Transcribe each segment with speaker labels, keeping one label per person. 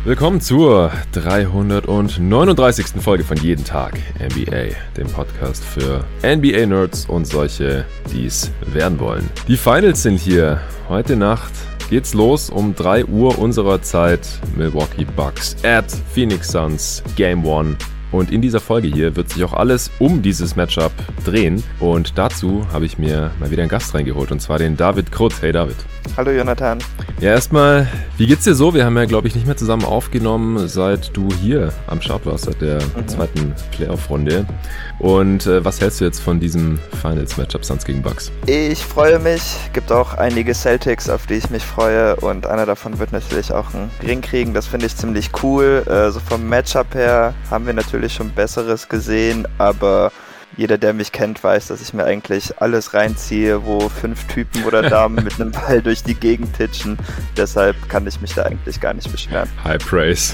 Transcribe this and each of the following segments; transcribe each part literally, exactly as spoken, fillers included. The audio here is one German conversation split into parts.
Speaker 1: Willkommen zur dreihundertneununddreißigsten Folge von Jeden Tag N B A, dem Podcast für N B A-Nerds und solche, die es werden wollen. Die Finals sind hier. Heute Nacht geht's los um drei Uhr unserer Zeit. Milwaukee Bucks at Phoenix Suns Game One. Und in dieser Folge hier wird sich auch alles um dieses Matchup drehen. Und dazu habe ich mir mal wieder einen Gast reingeholt, und zwar den David Krutz. Hey David.
Speaker 2: Hallo Jonathan.
Speaker 1: Ja, erstmal, wie geht's dir so? Wir haben ja, glaube ich, nicht mehr zusammen aufgenommen, seit du hier am Start warst, seit der mhm. zweiten Playoff-Runde. Und äh, was hältst du jetzt von diesem Finals-Matchup Suns gegen Bucks?
Speaker 2: Ich freue mich. Gibt auch einige Celtics, auf die ich mich freue. Und einer davon wird natürlich auch einen Ring kriegen. Das finde ich ziemlich cool. Äh, so vom Matchup her haben wir natürlich schon Besseres gesehen, aber jeder, der mich kennt, weiß, dass ich mir eigentlich alles reinziehe, wo fünf Typen oder Damen mit einem Ball durch die Gegend titschen. Deshalb kann ich mich da eigentlich gar nicht beschweren.
Speaker 1: High praise.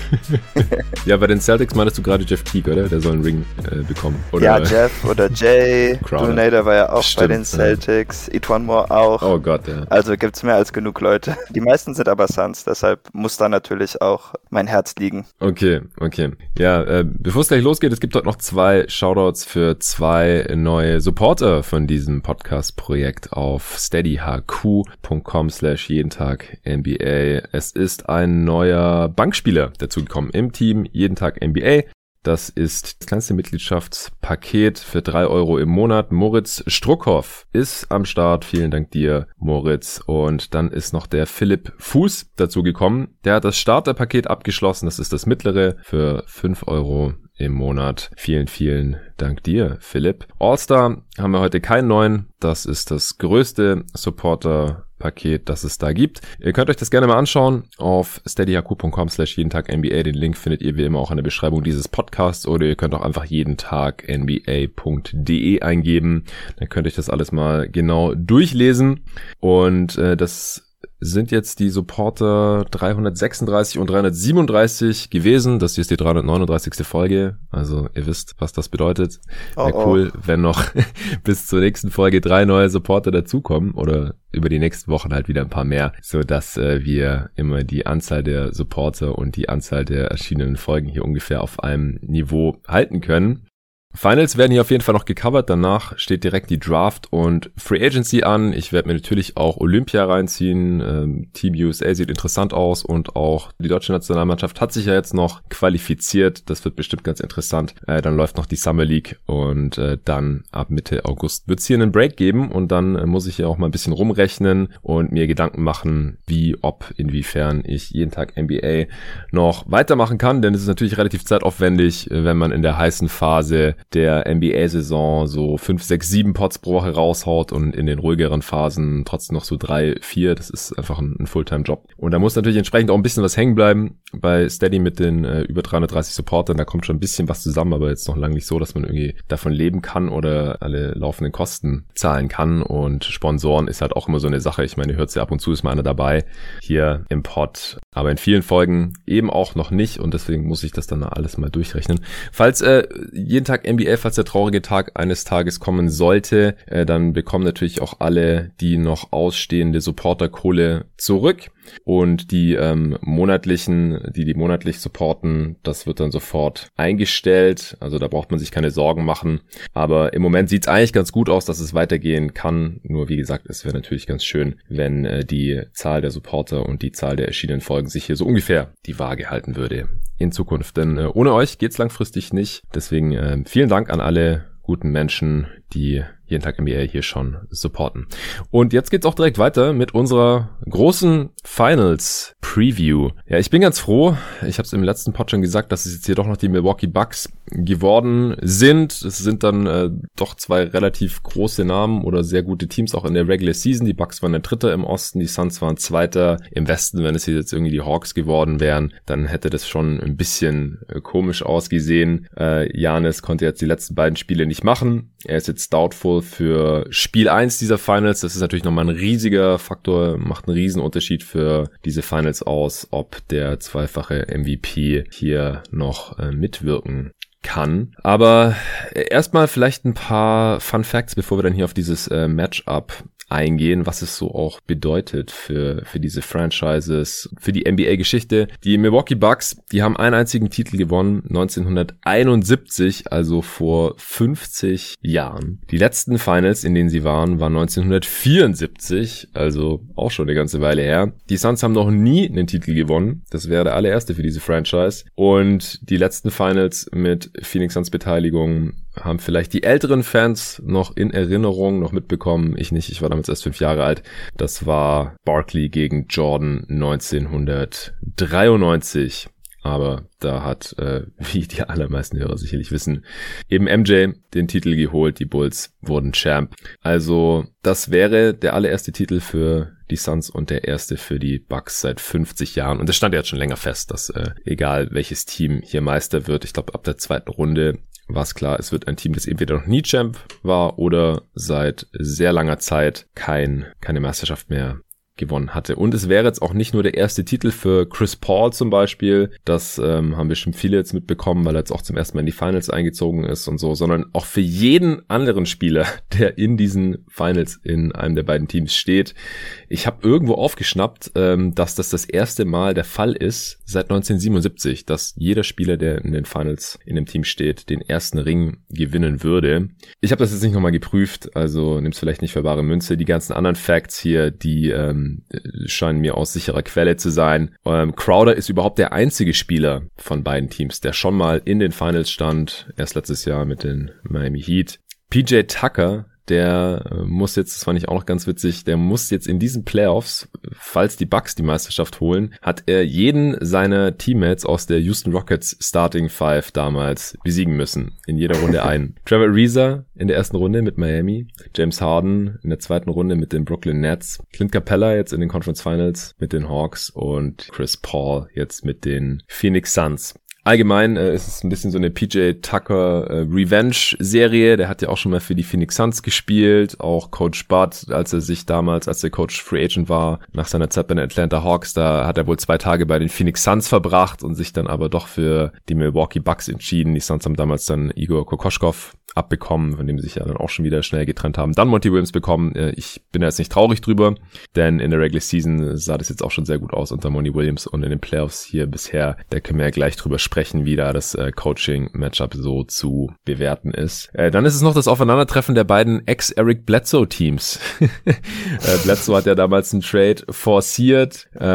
Speaker 1: Ja, bei den Celtics meinst du gerade Jeff Teague, oder? Der soll einen Ring äh, bekommen. Oder?
Speaker 2: Ja, Jeff oder Jay. Donator war ja auch
Speaker 1: Stimmt,
Speaker 2: bei den Celtics. Ja. Etuan Moore auch.
Speaker 1: Oh Gott, ja.
Speaker 2: Also gibt's mehr als genug Leute. Die meisten sind aber Suns, deshalb muss da natürlich auch mein Herz liegen.
Speaker 1: Okay, okay. Ja, äh, bevor es gleich losgeht, es gibt dort noch zwei Shoutouts für zwei neue Supporter von diesem Podcast-Projekt auf steadyhq.com slash jeden Tag N B A. Es ist ein neuer Bankspieler dazugekommen im Team Jeden Tag N B A. Das ist das kleinste Mitgliedschaftspaket für drei Euro im Monat. Moritz Struckhoff ist am Start. Vielen Dank dir, Moritz. Und dann ist noch der Philipp Fuß dazugekommen. Der hat das Starterpaket abgeschlossen. Das ist das mittlere für fünf Euro im Monat. Vielen, vielen Dank dir, Philipp. All-Star haben wir heute keinen neuen. Das ist das größte Supporter-Paket, das es da gibt. Ihr könnt euch das gerne mal anschauen auf steadyhq.com slash jeden Tag N B A. Den Link findet ihr wie immer auch in der Beschreibung dieses Podcasts, oder ihr könnt auch einfach jeden Tag N B A punkt de eingeben. Dann könnt ihr euch das alles mal genau durchlesen. Und äh, das sind jetzt die Supporter dreihundertsechsunddreißig und dreihundertsiebenunddreißig gewesen. Das hier ist die dreihundertneununddreißigste Folge. Also ihr wisst, was das bedeutet. Wäre oh, cool, oh. wenn noch bis zur nächsten Folge drei neue Supporter dazukommen oder über die nächsten Wochen halt wieder ein paar mehr, so dass äh, wir immer die Anzahl der Supporter und die Anzahl der erschienenen Folgen hier ungefähr auf einem Niveau halten können. Finals werden hier auf jeden Fall noch gecovert, danach steht direkt die Draft und Free Agency an. Ich werde mir natürlich auch Olympia reinziehen, ähm, Team U S A sieht interessant aus und auch die deutsche Nationalmannschaft hat sich ja jetzt noch qualifiziert, das wird bestimmt ganz interessant. Äh, dann läuft noch die Summer League und äh, dann ab Mitte August wird es hier einen Break geben und dann äh, muss ich ja auch mal ein bisschen rumrechnen und mir Gedanken machen, wie, ob, inwiefern ich jeden Tag N B A noch weitermachen kann, denn es ist natürlich relativ zeitaufwendig, wenn man in der heißen Phase der N B A-Saison so fünf, sechs, sieben Pods pro Woche raushaut und in den ruhigeren Phasen trotzdem noch so drei, vier. Das ist einfach ein, ein Fulltime-Job. Und da muss natürlich entsprechend auch ein bisschen was hängen bleiben. Bei Steady mit den äh, über dreihundertdreißig Supportern, da kommt schon ein bisschen was zusammen, aber jetzt noch lange nicht so, dass man irgendwie davon leben kann oder alle laufenden Kosten zahlen kann. Und Sponsoren ist halt auch immer so eine Sache. Ich meine, ihr hört ja ab und zu, ist mal einer dabei hier im Pod. Aber in vielen Folgen eben auch noch nicht und deswegen muss ich das dann alles mal durchrechnen. Falls äh, jeden Tag N B A, falls der traurige Tag eines Tages kommen sollte, äh, dann bekommen natürlich auch alle die noch ausstehende Supporterkohle zurück. Und die ähm, monatlichen, die die monatlich supporten, das wird dann sofort eingestellt. Also da braucht man sich keine Sorgen machen. Aber im Moment sieht es eigentlich ganz gut aus, dass es weitergehen kann. Nur wie gesagt, es wäre natürlich ganz schön, wenn äh, die Zahl der Supporter und die Zahl der erschienenen Folgen sich hier so ungefähr die Waage halten würde in Zukunft. Denn äh, ohne euch geht's langfristig nicht. Deswegen äh, vielen Dank an alle guten Menschen, die jeden Tag N B A hier schon supporten. Und jetzt geht's auch direkt weiter mit unserer großen Finals Preview. Ja, ich bin ganz froh. Ich habe es im letzten Pod schon gesagt, dass es jetzt hier doch noch die Milwaukee Bucks geworden sind. Es sind dann äh, doch zwei relativ große Namen oder sehr gute Teams auch in der Regular Season. Die Bucks waren der Dritte im Osten, die Suns waren Zweiter im Westen. Wenn es hier jetzt irgendwie die Hawks geworden wären, dann hätte das schon ein bisschen äh, komisch ausgesehen. Giannis äh, konnte jetzt die letzten beiden Spiele nicht machen. Er ist jetzt doubtful für Spiel eins dieser Finals. Das ist natürlich nochmal ein riesiger Faktor, macht einen riesen Unterschied für diese Finals aus, ob der zweifache M V P hier noch äh, mitwirken kann. Aber erstmal vielleicht ein paar Fun Facts, bevor wir dann hier auf dieses äh, Matchup eingehen, was es so auch bedeutet für, für diese Franchises, für die N B A-Geschichte. Die Milwaukee Bucks, die haben einen einzigen Titel gewonnen, neunzehnhunderteinundsiebzig, also vor fünfzig Jahren. Die letzten Finals, in denen sie waren, waren neunzehnhundertvierundsiebzig, also auch schon eine ganze Weile her. Die Suns haben noch nie einen Titel gewonnen. Das wäre der allererste für diese Franchise. Und die letzten Finals mit Phoenix Suns Beteiligung haben vielleicht die älteren Fans noch in Erinnerung, noch mitbekommen. Ich nicht, ich war damals erst fünf Jahre alt. Das war Barkley gegen Jordan neunzehnhundertdreiundneunzig. Aber da hat, äh, wie die allermeisten Hörer sicherlich wissen, eben M J den Titel geholt. Die Bulls wurden Champ. Also das wäre der allererste Titel für die Suns und der erste für die Bucks seit fünfzig Jahren. Und das stand ja jetzt schon länger fest, dass äh, egal welches Team hier Meister wird, ich glaube ab der zweiten Runde war es klar, es wird ein Team, das entweder noch nie Champ war oder seit sehr langer Zeit kein keine Meisterschaft mehr gewonnen hatte. Und es wäre jetzt auch nicht nur der erste Titel für Chris Paul zum Beispiel, das ähm, haben bestimmt viele jetzt mitbekommen, weil er jetzt auch zum ersten Mal in die Finals eingezogen ist und so, sondern auch für jeden anderen Spieler, der in diesen Finals in einem der beiden Teams steht. Ich habe irgendwo aufgeschnappt, ähm, dass das das erste Mal der Fall ist seit neunzehnhundertsiebenundsiebzig, dass jeder Spieler, der in den Finals in dem Team steht, den ersten Ring gewinnen würde. Ich habe das jetzt nicht nochmal geprüft, also nimm's vielleicht nicht für bare Münze. Die ganzen anderen Facts hier, die ähm, scheinen mir aus sicherer Quelle zu sein. Ähm, Crowder ist überhaupt der einzige Spieler von beiden Teams, der schon mal in den Finals stand, erst letztes Jahr mit den Miami Heat. P J Tucker, der äh, muss jetzt, das fand ich auch noch ganz witzig, der muss jetzt in diesen Playoffs, falls die Bucks die Meisterschaft holen, hat er jeden seiner Teammates aus der Houston Rockets Starting Five damals besiegen müssen. In jeder Runde einen. Trevor Ariza in der ersten Runde mit Miami, James Harden in der zweiten Runde mit den Brooklyn Nets, Clint Capella jetzt in den Conference Finals mit den Hawks und Chris Paul jetzt mit den Phoenix Suns. Allgemein äh, ist es ein bisschen so eine P J Tucker äh, Revenge-Serie. Der hat ja auch schon mal für die Phoenix Suns gespielt. Auch Coach Bud, als er sich damals, als der Coach Free Agent war, nach seiner Zeit bei den Atlanta Hawks, da hat er wohl zwei Tage bei den Phoenix Suns verbracht und sich dann aber doch für die Milwaukee Bucks entschieden. Die Suns haben damals dann Igor Kokoschkov abbekommen, von dem sie sich ja dann auch schon wieder schnell getrennt haben. Dann Monty Williams bekommen. Ich bin da jetzt nicht traurig drüber, denn in der Regular Season sah das jetzt auch schon sehr gut aus unter Monty Williams und in den Playoffs hier bisher, da können wir ja gleich drüber sprechen, wie da das äh, Coaching-Matchup so zu bewerten ist. Äh, dann ist es noch das Aufeinandertreffen der beiden Ex-Eric Bledsoe-Teams. äh, Bledsoe hat ja damals einen Trade forciert, äh,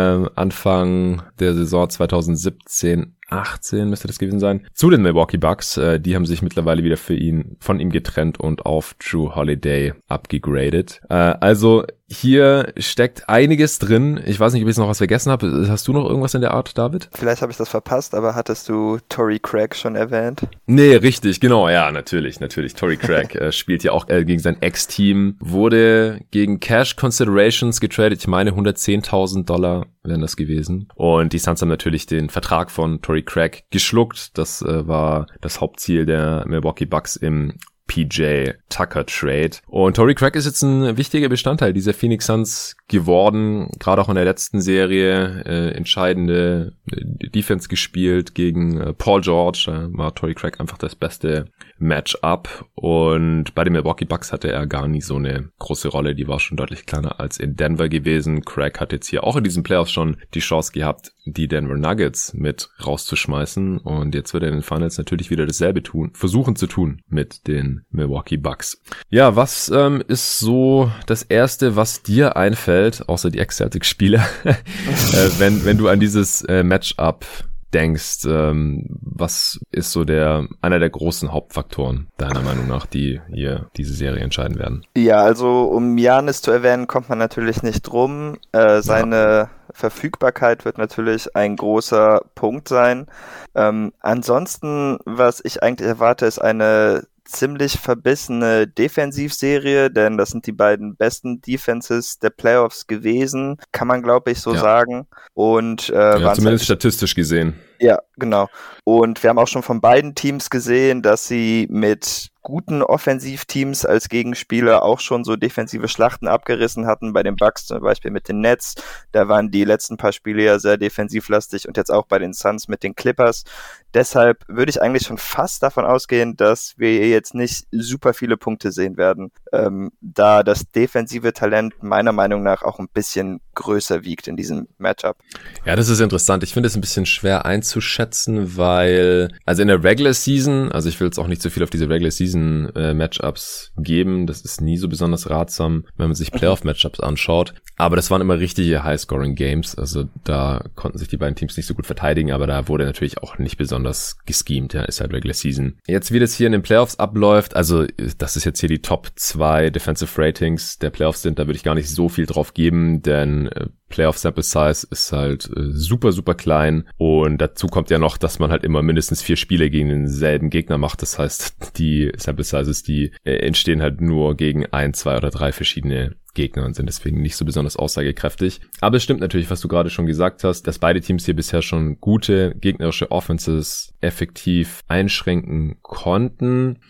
Speaker 1: Anfang der Saison zweitausendsiebzehn achtzehn müsste das gewesen sein, zu den Milwaukee Bucks. Äh, die haben sich mittlerweile wieder für ihn, von ihm getrennt und auf Drew Holiday abgegradet. Äh, also hier steckt einiges drin. Ich weiß nicht, ob ich noch was vergessen habe. Hast du noch irgendwas in der Art, David?
Speaker 2: Vielleicht habe ich das verpasst, aber hattest du Torrey Craig schon erwähnt?
Speaker 1: Nee, richtig, genau, ja, natürlich, natürlich. Torrey Craig äh, spielt ja auch äh, gegen sein Ex-Team, wurde gegen Cash Considerations getradet. Ich meine, hundertzehntausend Dollar wären das gewesen. Und die Suns haben natürlich den Vertrag von Torrey Craig geschluckt. Das äh, war das Hauptziel der Milwaukee Bucks im P J Tucker Trade. Und Torrey Craig ist jetzt ein wichtiger Bestandteil dieser Phoenix Suns geworden, gerade auch in der letzten Serie äh, entscheidende Defense gespielt gegen äh, Paul George. Da war Torrey Craig einfach das beste Matchup und bei den Milwaukee Bucks hatte er gar nie so eine große Rolle, die war schon deutlich kleiner als in Denver gewesen. Craig hat jetzt hier auch in diesen Playoffs schon die Chance gehabt, die Denver Nuggets mit rauszuschmeißen und jetzt wird er in den Finals natürlich wieder dasselbe tun, versuchen zu tun mit den Milwaukee Bucks. Ja, was ähm, ist so das Erste, was dir einfällt, außer die Ex-Celtics-Spieler, äh, wenn wenn du an dieses äh, Matchup denkst, ähm, was ist so der einer der großen Hauptfaktoren deiner Meinung nach, die hier diese Serie entscheiden werden?
Speaker 2: Ja, also um Giannis zu erwähnen, kommt man natürlich nicht drum. Äh, seine ja. Verfügbarkeit wird natürlich ein großer Punkt sein. Ähm, ansonsten, was ich eigentlich erwarte, ist eine ziemlich verbissene Defensivserie, denn das sind die beiden besten Defenses der Playoffs gewesen, kann man glaube ich so ja. sagen. Und äh,
Speaker 1: ja, zumindest statistisch gesehen.
Speaker 2: Ja, genau. Und wir haben auch schon von beiden Teams gesehen, dass sie mit guten Offensivteams als Gegenspieler auch schon so defensive Schlachten abgerissen hatten. Bei den Bucks zum Beispiel mit den Nets, da waren die letzten paar Spiele ja sehr defensivlastig und jetzt auch bei den Suns mit den Clippers. Deshalb würde ich eigentlich schon fast davon ausgehen, dass wir jetzt nicht super viele Punkte sehen werden, ähm, da das defensive Talent meiner Meinung nach auch ein bisschen größer wiegt in diesem Matchup.
Speaker 1: Ja, das ist interessant. Ich finde es ein bisschen schwer einzuschätzen, weil, also in der Regular Season, also ich will jetzt auch nicht so viel auf diese Regular Season äh, Matchups geben, das ist nie so besonders ratsam, wenn man sich Playoff-Matchups anschaut, aber das waren immer richtige High-Scoring-Games, also da konnten sich die beiden Teams nicht so gut verteidigen, aber da wurde natürlich auch nicht besonders geschemt, ja, ist halt Regular Season. Jetzt, wie das hier in den Playoffs abläuft, also das ist jetzt hier die Top zwei Defensive Ratings der Playoffs sind, da würde ich gar nicht so viel drauf geben, denn äh, Playoff-Sample-Size ist halt äh, super, super klein und dazu kommt ja noch, dass man halt immer mindestens vier Spiele gegen denselben Gegner macht, das heißt, die Sample-Sizes, die äh, entstehen halt nur gegen ein, zwei oder drei verschiedene Gegner und sind deswegen nicht so besonders aussagekräftig. Aber es stimmt natürlich, was du gerade schon gesagt hast, dass beide Teams hier bisher schon gute gegnerische Offenses effektiv einschränken konnten.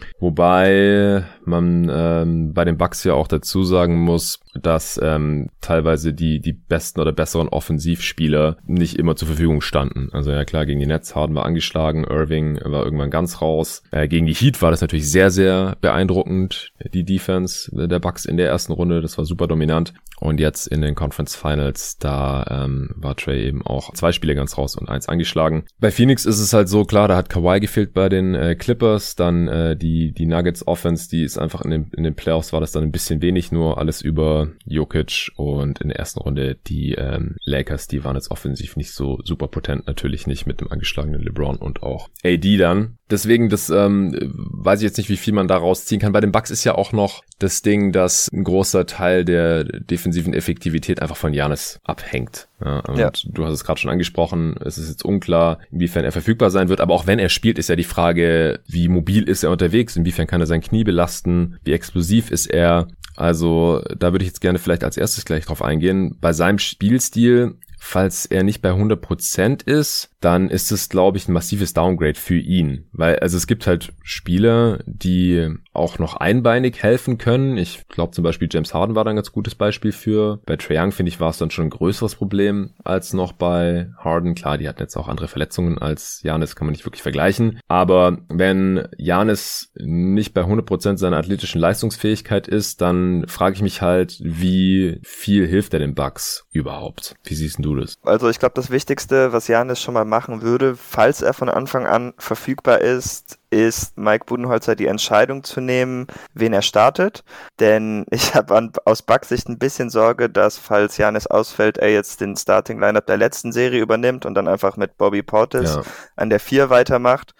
Speaker 1: Wobei man ähm, bei den Bucks ja auch dazu sagen muss, dass ähm, teilweise die die besten oder besseren Offensivspieler nicht immer zur Verfügung standen. Also ja klar, gegen die Nets Harden war angeschlagen, Irving war irgendwann ganz raus. Äh, gegen die Heat war das natürlich sehr, sehr beeindruckend, die Defense der Bucks in der ersten Runde, das war super dominant. Und jetzt in den Conference Finals, da ähm, war Trae eben auch zwei Spiele ganz raus und eins angeschlagen. Bei Phoenix ist es halt so, klar, da hat Kawhi gefehlt bei den äh, Clippers, dann äh, die die Nuggets Offense, die ist einfach in den, in den Playoffs war das dann ein bisschen wenig, nur alles über Jokic und in der ersten Runde die ähm, Lakers, die waren jetzt offensiv nicht so super potent, natürlich nicht mit dem angeschlagenen LeBron und auch A D dann. Deswegen, das ähm, weiß ich jetzt nicht, wie viel man da rausziehen kann. Bei den Bucks ist ja auch noch das Ding, dass ein großer Teil der defensiven Effektivität einfach von Giannis abhängt. Ja, und ja. Du hast es gerade schon angesprochen, es ist jetzt unklar, inwiefern er verfügbar sein wird, aber auch wenn er spielt, ist ja die Frage, wie mobil ist er unterwegs, inwiefern kann er sein Knie belasten, wie explosiv ist er. Also da würde ich jetzt gerne vielleicht als erstes gleich drauf eingehen. Bei seinem Spielstil, falls er nicht bei hundert Prozent ist, dann ist es, glaube ich, ein massives Downgrade für ihn. Weil, also es gibt halt Spieler, die auch noch einbeinig helfen können. Ich glaube zum Beispiel James Harden war da ein ganz gutes Beispiel für. Bei Trae Young, finde ich, war es dann schon ein größeres Problem als noch bei Harden. Klar, die hatten jetzt auch andere Verletzungen als Giannis, kann man nicht wirklich vergleichen. Aber wenn Giannis nicht bei hundert Prozent seiner athletischen Leistungsfähigkeit ist, dann frage ich mich halt, wie viel hilft er den Bucks überhaupt? Wie siehst du das?
Speaker 2: Also ich glaube, das Wichtigste, was Giannis schon mal machen würde, falls er von Anfang an verfügbar ist, ist Mike Budenholzer die Entscheidung zu nehmen, wen er startet. Denn ich habe aus Bucks Sicht ein bisschen Sorge, dass, falls Giannis ausfällt, er jetzt den Starting-Lineup der letzten Serie übernimmt und dann einfach mit Bobby Portis ja. an der vier weitermacht.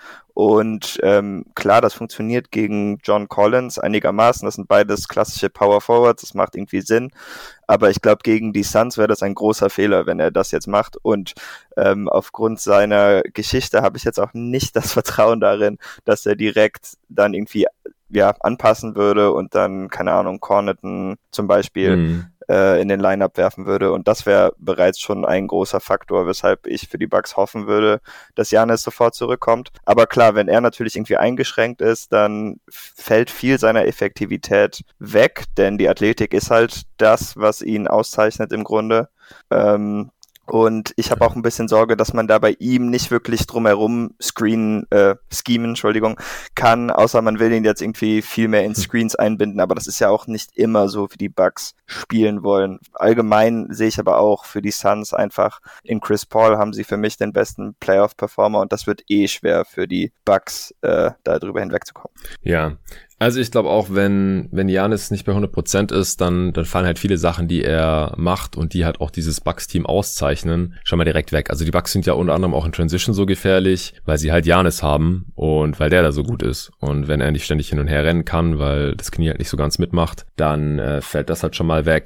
Speaker 2: Und ähm, klar, das funktioniert gegen John Collins einigermaßen. Das sind beides klassische Power Forwards, das macht irgendwie Sinn. Aber ich glaube, gegen die Suns wäre das ein großer Fehler, wenn er das jetzt macht. Und ähm, aufgrund seiner Geschichte habe ich jetzt auch nicht das Vertrauen darin, dass er direkt dann irgendwie ja anpassen würde und dann, keine Ahnung, Connaughton zum Beispiel mhm. äh, in den Lineup werfen würde. Und das wäre bereits schon ein großer Faktor, weshalb ich für die Bucks hoffen würde, dass Giannis sofort zurückkommt. Aber klar, wenn er natürlich irgendwie eingeschränkt ist, dann fällt viel seiner Effektivität weg, denn die Athletik ist halt das, was ihn auszeichnet im Grunde. Ähm, Und ich habe auch ein bisschen Sorge, dass man da bei ihm nicht wirklich drumherum screenen, äh, schemen, Entschuldigung, kann, außer man will ihn jetzt irgendwie viel mehr in Screens einbinden. Aber das ist ja auch nicht immer so, wie die Bucks spielen wollen. Allgemein sehe ich aber auch für die Suns einfach, in Chris Paul haben sie für mich den besten Playoff-Performer und das wird eh schwer für die Bucks, äh, da drüber hinwegzukommen.
Speaker 1: Ja. Also ich glaube auch, wenn wenn Giannis nicht bei hundert Prozent ist, dann dann fallen halt viele Sachen, die er macht und die halt auch dieses Bucks-Team auszeichnen, schon mal direkt weg. Also die Bucks sind ja unter anderem auch in Transition so gefährlich, weil sie halt Giannis haben und weil der da so gut ist. Und wenn er nicht ständig hin und her rennen kann, weil das Knie halt nicht so ganz mitmacht, dann äh, fällt das halt schon mal weg.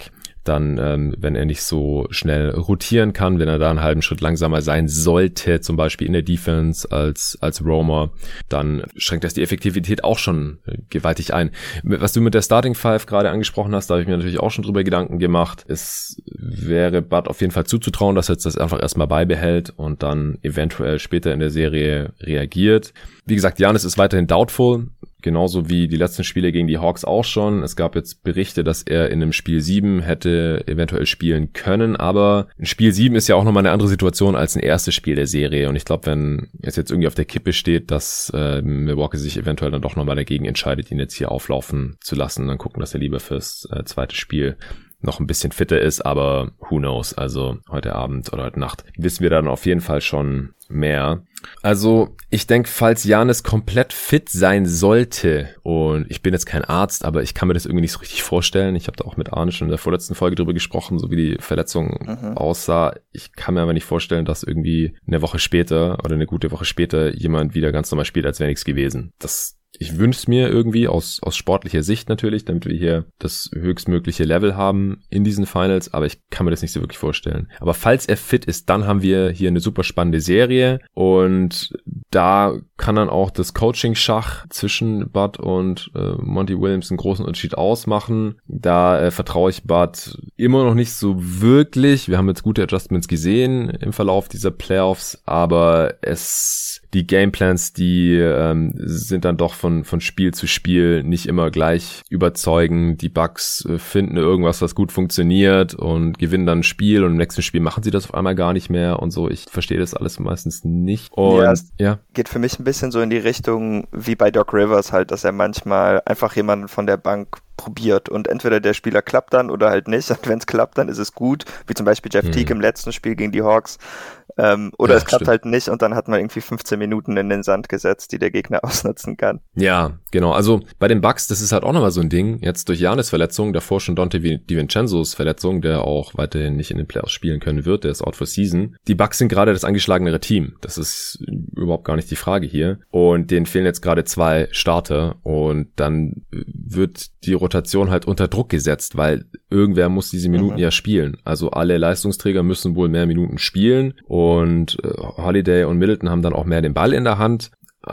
Speaker 1: dann, ähm, wenn er nicht so schnell rotieren kann, wenn er da einen halben Schritt langsamer sein sollte, zum Beispiel in der Defense als als Roamer, dann schränkt das die Effektivität auch schon gewaltig ein. Was du mit der Starting Five gerade angesprochen hast, da habe ich mir natürlich auch schon drüber Gedanken gemacht. Es wäre Bud auf jeden Fall zuzutrauen, dass er jetzt das einfach erstmal beibehält und dann eventuell später in der Serie reagiert. Wie gesagt, Giannis ist weiterhin doubtful, genauso wie die letzten Spiele gegen die Hawks auch schon. Es gab jetzt Berichte, dass er in einem Spiel sieben hätte eventuell spielen können, aber ein Spiel sieben ist ja auch nochmal eine andere Situation als ein erstes Spiel der Serie und ich glaube, wenn es jetzt irgendwie auf der Kippe steht, dass äh, Milwaukee sich eventuell dann doch nochmal dagegen entscheidet, ihn jetzt hier auflaufen zu lassen, dann gucken, dass er lieber fürs äh, zweite Spiel noch ein bisschen fitter ist, aber who knows, also heute Abend oder heute Nacht wissen wir dann auf jeden Fall schon mehr. Also ich denke, falls Giannis komplett fit sein sollte, und ich bin jetzt kein Arzt, aber ich kann mir das irgendwie nicht so richtig vorstellen, ich habe da auch mit Arne schon in der vorletzten Folge drüber gesprochen, so wie die Verletzung mhm. aussah, ich kann mir aber nicht vorstellen, dass irgendwie eine Woche später oder eine gute Woche später jemand wieder ganz normal spielt, als wäre nichts gewesen. Das Ich wünsche es mir irgendwie aus aus sportlicher Sicht natürlich, damit wir hier das höchstmögliche Level haben in diesen Finals, aber ich kann mir das nicht so wirklich vorstellen. Aber falls er fit ist, dann haben wir hier eine super spannende Serie und da kann dann auch das Coaching-Schach zwischen Bud und äh, Monty Williams einen großen Unterschied ausmachen. Da äh, vertraue ich Bud immer noch nicht so wirklich. Wir haben jetzt gute Adjustments gesehen im Verlauf dieser Playoffs, aber es die Gameplans, die ähm, sind dann doch von von Spiel zu Spiel nicht immer gleich überzeugen. Die Bucks äh, finden irgendwas, was gut funktioniert und gewinnen dann ein Spiel und im nächsten Spiel machen sie das auf einmal gar nicht mehr und so. Ich verstehe das alles meistens nicht. Und
Speaker 2: ja,
Speaker 1: ja,
Speaker 2: geht für mich ein bisschen so in die Richtung wie bei Doc Rivers halt, dass er manchmal einfach jemanden von der Bank probiert und entweder der Spieler klappt dann oder halt nicht und wenn es klappt, dann ist es gut, wie zum Beispiel Jeff hm. Teague im letzten Spiel gegen die Hawks. Ähm, oder ja, es klappt stimmt. halt nicht und dann hat man irgendwie fünfzehn Minuten in den Sand gesetzt, die der Gegner ausnutzen kann.
Speaker 1: Ja, genau. Also bei den Bucks, das ist halt auch nochmal so ein Ding. Jetzt durch Giannis Verletzung, davor schon Dante DiVincenzo's Verletzung, der auch weiterhin nicht in den Playoffs spielen können wird, der ist out for season. Die Bucks sind gerade das angeschlagenere Team. Das ist überhaupt gar nicht die Frage hier. Und denen fehlen jetzt gerade zwei Starter und dann wird die Rotation halt unter Druck gesetzt, weil irgendwer muss diese Minuten mhm. ja spielen. Also alle Leistungsträger müssen wohl mehr Minuten spielen und äh, Holiday und Middleton haben dann auch mehr den Ball in der Hand.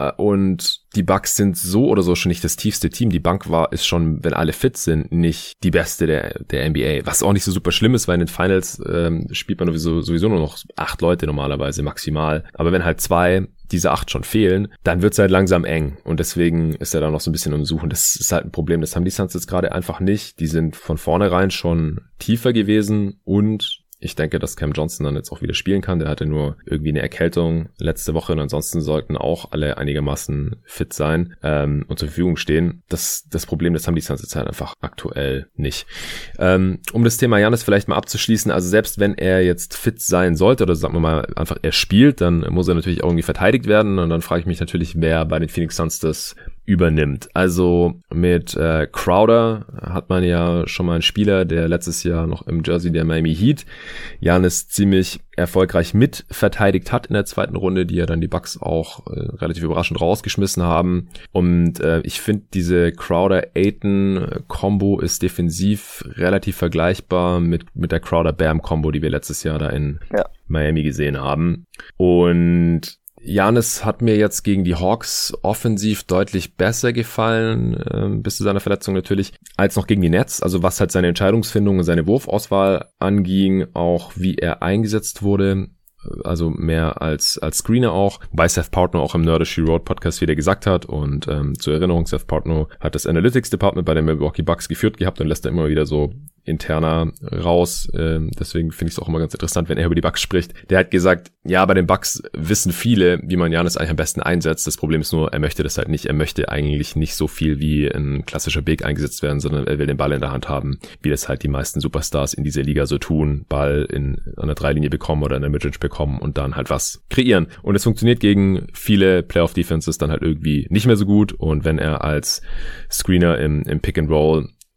Speaker 1: Und die Bucks sind so oder so schon nicht das tiefste Team. Die Bank war, ist schon, wenn alle fit sind, nicht die beste der, der N B A. Was auch nicht so super schlimm ist, weil in den Finals ähm, spielt man sowieso, sowieso nur noch acht Leute normalerweise maximal. Aber wenn halt zwei diese acht schon fehlen, dann wird's halt langsam eng. Und deswegen ist er da noch so ein bisschen am Suchen. Das ist halt ein Problem. Das haben die Suns jetzt gerade einfach nicht. Die sind von vornherein schon tiefer gewesen und ich denke, dass Cam Johnson dann jetzt auch wieder spielen kann. Der hatte nur irgendwie eine Erkältung letzte Woche und ansonsten sollten auch alle einigermaßen fit sein ähm, und zur Verfügung stehen. Das das Problem, das haben die Suns jetzt halt einfach aktuell nicht. Ähm, um das Thema Giannis vielleicht mal abzuschließen, also selbst wenn er jetzt fit sein sollte oder sagen wir mal einfach er spielt, dann muss er natürlich auch irgendwie verteidigt werden und dann frage ich mich natürlich, wer bei den Phoenix Suns das übernimmt. Also mit äh, Crowder hat man ja schon mal einen Spieler, der letztes Jahr noch im Jersey der Miami Heat Giannis ziemlich erfolgreich mit verteidigt hat in der zweiten Runde, die ja dann die Bucks auch äh, relativ überraschend rausgeschmissen haben. Und äh, ich finde, diese Crowder-Ayton-Kombo ist defensiv relativ vergleichbar mit mit der Crowder-Bam-Kombo, die wir letztes Jahr da in ja. Miami gesehen haben. Und Giannis hat mir jetzt gegen die Hawks offensiv deutlich besser gefallen, äh, bis zu seiner Verletzung natürlich, als noch gegen die Nets. Also was halt seine Entscheidungsfindung und seine Wurfauswahl anging, auch wie er eingesetzt wurde. Also mehr als als Screener auch, wobei Seth Partnow auch im Nerdish Road Podcast wieder gesagt hat und ähm, zur Erinnerung, Seth Partnow hat das Analytics Department bei den Milwaukee Bucks geführt gehabt und lässt da immer wieder so interner raus, ähm, deswegen finde ich es auch immer ganz interessant, wenn er über die Bucks spricht. Der hat gesagt, ja, bei den Bucks wissen viele, wie man Giannis eigentlich am besten einsetzt. Das Problem ist nur, er möchte das halt nicht. Er möchte eigentlich nicht so viel wie ein klassischer Big eingesetzt werden, sondern er will den Ball in der Hand haben, wie das halt die meisten Superstars in dieser Liga so tun. Ball in an der Dreilinie bekommen oder in der Midrange bekommen und dann halt was kreieren. Und es funktioniert gegen viele Playoff-Defenses dann halt irgendwie nicht mehr so gut. Und wenn er als Screener im, im Pick and Roll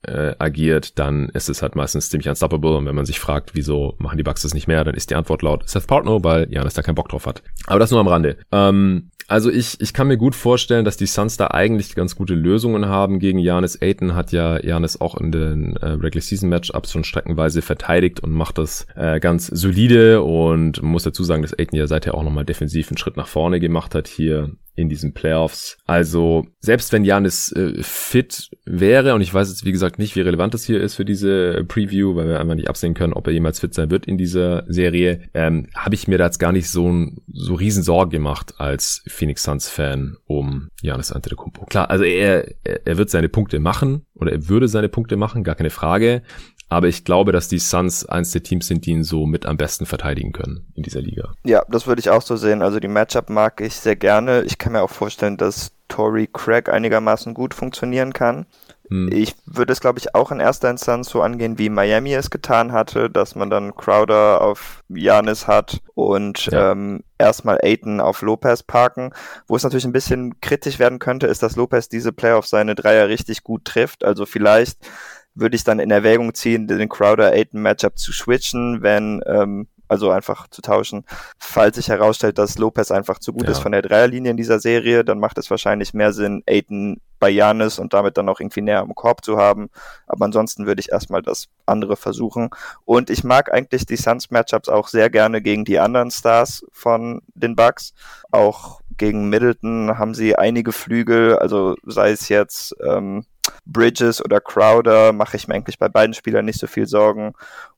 Speaker 1: äh, agiert, dann ist es halt meistens ziemlich unstoppable. Und wenn man sich fragt, wieso machen die Bucks das nicht mehr, dann ist die Antwort laut Seth Partnow, weil Giannis da keinen Bock drauf hat. Aber das nur am Rande. Ähm, Also ich ich kann mir gut vorstellen, dass die Suns da eigentlich ganz gute Lösungen haben gegen Giannis. Ayton hat ja Giannis auch in den äh, Regular Season Matchups schon streckenweise verteidigt und macht das äh, ganz solide. Und man muss dazu sagen, dass Ayton ja seither auch nochmal defensiv einen Schritt nach vorne gemacht hat hier in diesen Playoffs. Also selbst wenn Giannis äh, fit wäre, und ich weiß jetzt wie gesagt nicht, wie relevant das hier ist für diese Preview, weil wir einfach nicht absehen können, ob er jemals fit sein wird in dieser Serie, ähm, habe ich mir da jetzt gar nicht so ein so riesen Sorge gemacht als Phoenix Suns Fan um Giannis Antetokounmpo. Klar, also er er wird seine Punkte machen oder er würde seine Punkte machen, gar keine Frage. Aber ich glaube, dass die Suns eins der Teams sind, die ihn so mit am besten verteidigen können in dieser Liga.
Speaker 2: Ja, das würde ich auch so sehen. Also die Matchup mag ich sehr gerne. Ich kann mir auch vorstellen, dass Torrey Craig einigermaßen gut funktionieren kann. Hm. Ich würde es, glaube ich, auch in erster Instanz so angehen, wie Miami es getan hatte, dass man dann Crowder auf Giannis hat und ja. ähm, erstmal Ayton auf Lopez parken. Wo es natürlich ein bisschen kritisch werden könnte, ist, dass Lopez diese Playoffs seine Dreier richtig gut trifft. Also vielleicht würde ich dann in Erwägung ziehen, den Crowder-Ayton-Matchup zu switchen, wenn, ähm, also einfach zu tauschen. Falls sich herausstellt, dass Lopez einfach zu gut ja. ist von der Dreierlinie in dieser Serie, dann macht es wahrscheinlich mehr Sinn, Ayton bei Giannis und damit dann auch irgendwie näher am Korb zu haben. Aber ansonsten würde ich erstmal das andere versuchen. Und ich mag eigentlich die Suns-Matchups auch sehr gerne gegen die anderen Stars von den Bucks. Auch gegen Middleton haben sie einige Flügel, also sei es jetzt ähm, Bridges oder Crowder, mache ich mir eigentlich bei beiden Spielern nicht so viel Sorgen.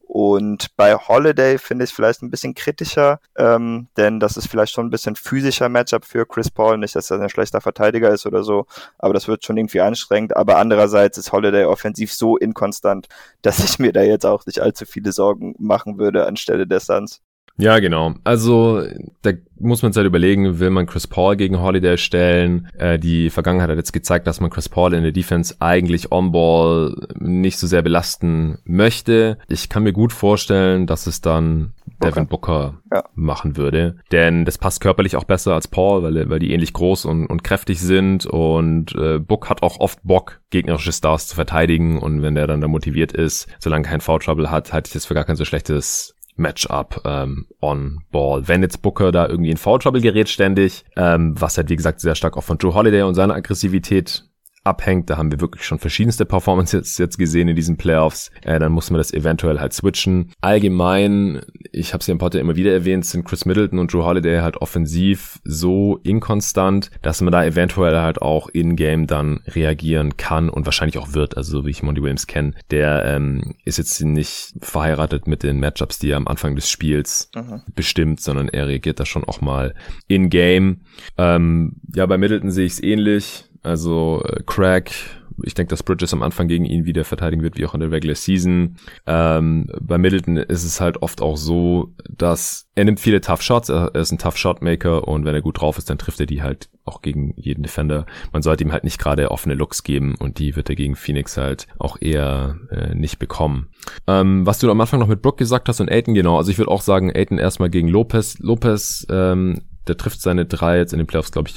Speaker 2: Und bei Holiday finde ich es vielleicht ein bisschen kritischer, ähm, denn das ist vielleicht schon ein bisschen physischer Matchup für Chris Paul. Nicht, dass er ein schlechter Verteidiger ist oder so, aber das wird schon irgendwie anstrengend. Aber andererseits ist Holiday offensiv so inkonstant, dass ich mir da jetzt auch nicht allzu viele Sorgen machen würde anstelle der Suns.
Speaker 1: Ja, genau. Also da muss man sich halt überlegen, will man Chris Paul gegen Holiday stellen? Äh, die Vergangenheit hat jetzt gezeigt, dass man Chris Paul in der Defense eigentlich on-ball nicht so sehr belasten möchte. Ich kann mir gut vorstellen, dass es dann Devin Booker ja. machen würde. Denn das passt körperlich auch besser als Paul, weil, weil die ähnlich groß und, und kräftig sind. Und äh, Book hat auch oft Bock, gegnerische Stars zu verteidigen. Und wenn der dann da motiviert ist, solange kein Foul Trouble hat, halte ich das für gar kein so schlechtes Matchup ähm, on Ball. Wenn jetzt Booker da irgendwie in Foul Trouble gerät ständig, ähm, was halt wie gesagt sehr stark auch von Drew Holiday und seiner Aggressivität abhängt, da haben wir wirklich schon verschiedenste Performances jetzt gesehen in diesen Playoffs, äh, dann muss man das eventuell halt switchen. Allgemein, ich habe es ja im Podcast immer wieder erwähnt, sind Chris Middleton und Drew Holiday halt offensiv so inkonstant, dass man da eventuell halt auch in-game dann reagieren kann und wahrscheinlich auch wird, also so wie ich Monty Williams kenne, der ähm, ist jetzt nicht verheiratet mit den Matchups, die er am Anfang des Spiels mhm. bestimmt, sondern er reagiert da schon auch mal in-game. Ähm, ja, bei Middleton sehe ich es ähnlich. Also äh, Craig, ich denke, dass Bridges am Anfang gegen ihn wieder verteidigen wird, wie auch in der Regular Season. Ähm, bei Middleton ist es halt oft auch so, dass er nimmt viele Tough Shots, er ist ein Tough Shot Maker und wenn er gut drauf ist, dann trifft er die halt auch gegen jeden Defender. Man sollte ihm halt nicht gerade offene Looks geben und die wird er gegen Phoenix halt auch eher äh, nicht bekommen. Ähm, was du am Anfang noch mit Brook gesagt hast und Ayton, genau, also ich würde auch sagen, Ayton erstmal gegen Lopez. Lopez, ähm, der trifft seine drei jetzt in den Playoffs, glaube ich,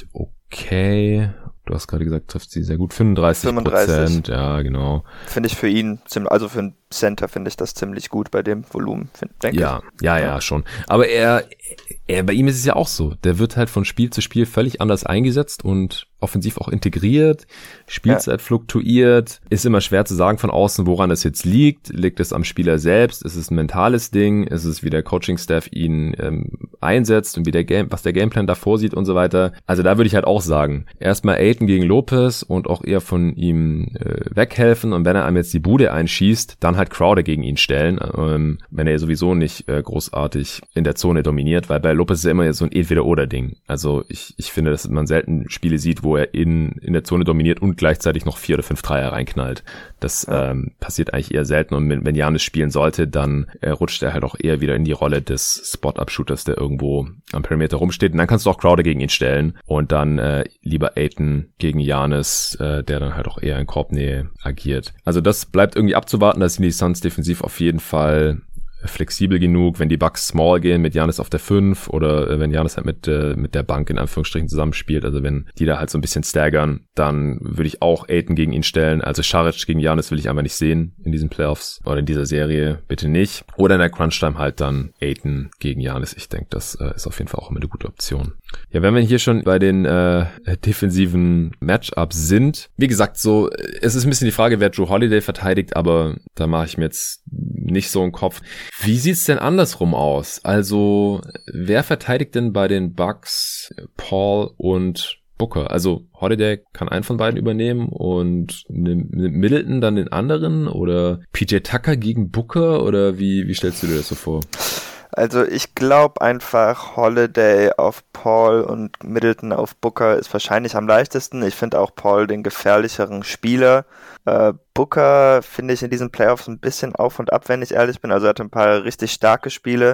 Speaker 1: okay. Du hast gerade gesagt, trifft sie sehr gut. fünfunddreißig Prozent, ja, genau.
Speaker 2: Finde ich für ihn, also für einen Center finde ich das ziemlich gut bei dem Volumen, denke
Speaker 1: ja, ich. Ja, ja, ja, schon. Aber er, er, bei ihm ist es ja auch so. Der wird halt von Spiel zu Spiel völlig anders eingesetzt und offensiv auch integriert. Spielzeit ja. fluktuiert. Ist immer schwer zu sagen von außen, woran es jetzt liegt. Liegt es am Spieler selbst? Ist es ein mentales Ding? Ist es, wie der Coaching-Staff ihn ähm, einsetzt und wie der Game, was der Gameplan da vorsieht und so weiter? Also da würde ich halt auch sagen, erstmal Ayton gegen Lopez und auch eher von ihm äh, weghelfen und wenn er einem jetzt die Bude einschießt, dann halt Crowder gegen ihn stellen, ähm, wenn er sowieso nicht äh, großartig in der Zone dominiert, weil bei Lopez ist ja immer so ein Entweder-Oder-Ding. Also ich ich finde, dass man selten Spiele sieht, wo er in in der Zone dominiert und gleichzeitig noch vier oder fünf Dreier reinknallt. Das ähm, passiert eigentlich eher selten und wenn Giannis spielen sollte, dann äh, rutscht er halt auch eher wieder in die Rolle des Spot-Up-Shooters, der irgendwo am Perimeter rumsteht und dann kannst du auch Crowder gegen ihn stellen und dann äh, lieber Ayton gegen Giannis, äh, der dann halt auch eher in Korbnähe agiert. Also das bleibt irgendwie abzuwarten, dass die Suns defensiv auf jeden Fall flexibel genug, wenn die Bucks small gehen mit Giannis auf der fünf oder äh, wenn Giannis halt mit, äh, mit der Bank in Anführungsstrichen zusammenspielt, also wenn die da halt so ein bisschen staggern, dann würde ich auch Ayton gegen ihn stellen. Also Saric gegen Giannis will ich einfach nicht sehen in diesen Playoffs oder in dieser Serie, bitte nicht. Oder in der Crunch-Time halt dann Ayton gegen Giannis. Ich denke, das äh, ist auf jeden Fall auch immer eine gute Option. Ja, wenn wir hier schon bei den äh, defensiven Matchups sind, wie gesagt, so, es ist ein bisschen die Frage, wer Jrue Holiday verteidigt, aber da mache ich mir jetzt nicht so einen Kopf. Wie sieht's denn andersrum aus? Also, wer verteidigt denn bei den Bucks Paul und Booker? Also, Holiday kann einen von beiden übernehmen und nimmt Middleton dann den anderen oder P J Tucker gegen Booker oder wie, wie stellst du dir das so vor?
Speaker 2: Also ich glaube einfach, Holiday auf Paul und Middleton auf Booker ist wahrscheinlich am leichtesten. Ich finde auch Paul den gefährlicheren Spieler. Äh, Booker finde ich in diesen Playoffs ein bisschen auf und ab, wenn ich ehrlich bin. Also er hatte ein paar richtig starke Spiele,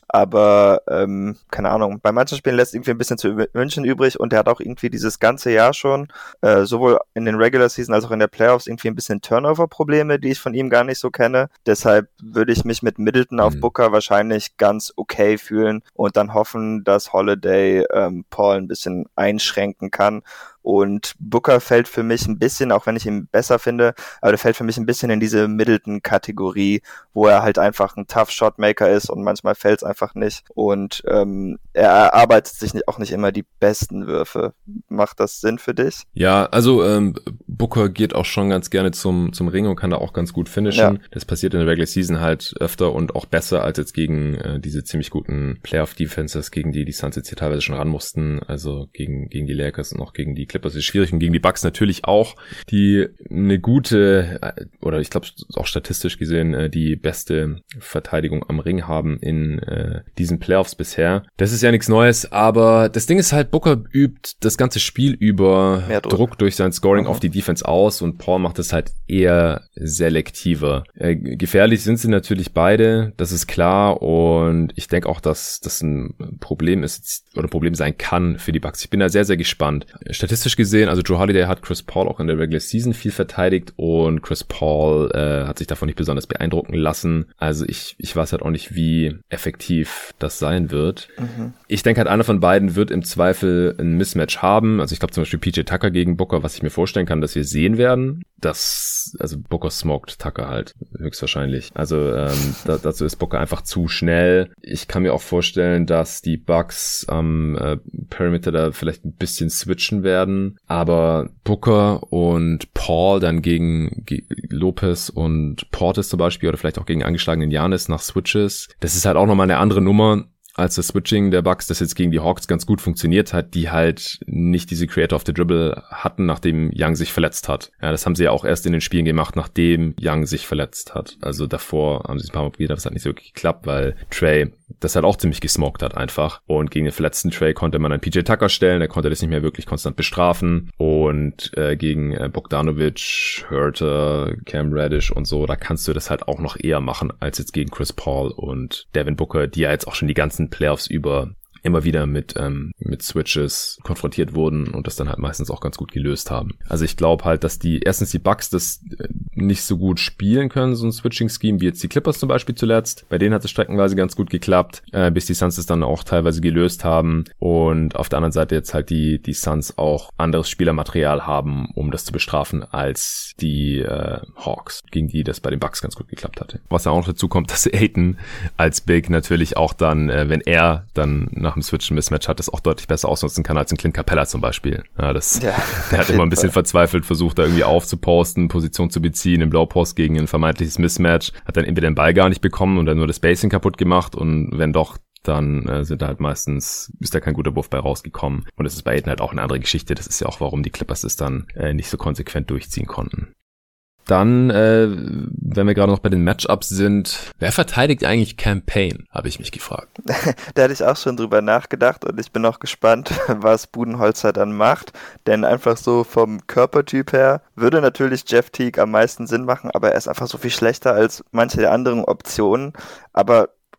Speaker 2: aber ähm, keine Ahnung, bei manchen Spielen lässt irgendwie ein bisschen zu wünschen übrig und er hat auch irgendwie dieses ganze Jahr schon, äh, sowohl in den Regular Season als auch in der Playoffs irgendwie ein bisschen Turnover-Probleme, die ich von ihm gar nicht so kenne. Deshalb würde ich mich mit Middleton auf Booker wahrscheinlich ganz okay fühlen und dann hoffen, dass Holiday ähm, Paul ein bisschen einschränken kann. Und Booker fällt für mich ein bisschen, auch wenn ich ihn besser finde, aber der fällt für mich ein bisschen in diese Middleton-Kategorie, wo er halt einfach ein Tough-Shotmaker ist und manchmal fällt es einfach nicht. Und ähm, er erarbeitet sich nicht, auch nicht immer die besten Würfe. Macht das Sinn für dich?
Speaker 1: Ja, also ähm, Booker geht auch schon ganz gerne zum zum Ring und kann da auch ganz gut finishen. Ja. Das passiert in der Regular Season halt öfter und auch besser als jetzt gegen äh, diese ziemlich guten Playoff-Defenses, gegen die die Suns jetzt hier teilweise schon ran mussten, also gegen gegen die Lakers und auch gegen die Clippers ist schwierig und gegen die Bucks natürlich auch, die eine gute, oder ich glaube auch statistisch gesehen, die beste Verteidigung am Ring haben in äh, diesen Playoffs bisher. Das ist ja nichts Neues, aber das Ding ist halt, Booker übt das ganze Spiel über Druck. Druck durch sein Scoring mhm. auf die Defense aus und Paul macht es halt eher selektiver. Äh, gefährlich sind sie natürlich beide, das ist klar und ich denke auch, dass das ein Problem ist oder Problem sein kann für die Bucks. Ich bin da sehr, sehr gespannt. Statistisch gesehen, also Jrue Holiday hat Chris Paul auch in der Regular Season viel verteidigt und Chris Paul äh, hat sich davon nicht besonders beeindrucken lassen. Also ich ich weiß halt auch nicht, wie effektiv das sein wird. Mhm. Ich denke halt, einer von beiden wird im Zweifel ein Mismatch haben. Also ich glaube zum Beispiel P J Tucker gegen Booker, was ich mir vorstellen kann, dass wir sehen werden. Das, also Booker smoked Tucker halt höchstwahrscheinlich. Also ähm, da, dazu ist Booker einfach zu schnell. Ich kann mir auch vorstellen, dass die Bucks am äh, Perimeter da vielleicht ein bisschen switchen werden. Aber Booker und Paul dann gegen G- Lopez und Portis zum Beispiel oder vielleicht auch gegen angeschlagenen Giannis nach Switches, das ist halt auch nochmal eine andere Nummer als das Switching der Bucks, das jetzt gegen die Hawks ganz gut funktioniert hat, die halt nicht diese Creator of the Dribble hatten, nachdem Young sich verletzt hat. Ja, das haben sie ja auch erst in den Spielen gemacht, nachdem Young sich verletzt hat. Also davor haben sie es ein paar Mal probiert, aber es hat nicht so wirklich geklappt, weil Trey das halt auch ziemlich gesmoked hat einfach. Und gegen den verletzten Trey konnte man dann P J Tucker stellen, der konnte das nicht mehr wirklich konstant bestrafen. Und äh, gegen äh, Bogdanovic, Huerter, Cam Reddish und so, da kannst du das halt auch noch eher machen, als jetzt gegen Chris Paul und Devin Booker, die ja jetzt auch schon die ganzen Playoffs über immer wieder mit ähm, mit Switches konfrontiert wurden und das dann halt meistens auch ganz gut gelöst haben. Also ich glaube halt, dass die erstens die Bucks das nicht so gut spielen können, so ein Switching-Scheme, wie jetzt die Clippers zum Beispiel zuletzt. Bei denen hat es streckenweise ganz gut geklappt, äh, bis die Suns es dann auch teilweise gelöst haben und auf der anderen Seite jetzt halt die die Suns auch anderes Spielermaterial haben, um das zu bestrafen, als die äh, Hawks, gegen die das bei den Bucks ganz gut geklappt hatte. Was ja auch noch dazu kommt, dass Ayton als Big natürlich auch dann, äh, wenn er dann nach dem Switch-Mismatch hat, das auch deutlich besser ausnutzen kann als ein Clint Capella zum Beispiel. Ja, das, ja, der hat immer ein bisschen Fall. verzweifelt versucht, da irgendwie aufzuposten, Position zu beziehen, im Blowpost gegen ein vermeintliches Mismatch, hat dann entweder den Ball gar nicht bekommen und dann nur das Spacing kaputt gemacht und wenn doch, dann äh, sind da halt meistens, ist da kein guter Wurf bei rausgekommen. Und das ist bei Ayton halt auch eine andere Geschichte. Das ist ja auch, warum die Clippers es dann äh, nicht so konsequent durchziehen konnten. Dann, äh, wenn wir gerade noch bei den Matchups sind, wer verteidigt eigentlich Cam Payne, habe ich mich gefragt.
Speaker 2: Da hatte ich auch schon drüber nachgedacht und ich bin auch gespannt, was Budenholzer dann macht, denn einfach so vom Körpertyp her würde natürlich Jeff Teague am meisten Sinn machen, aber er ist einfach so viel schlechter als manche der anderen Optionen, aber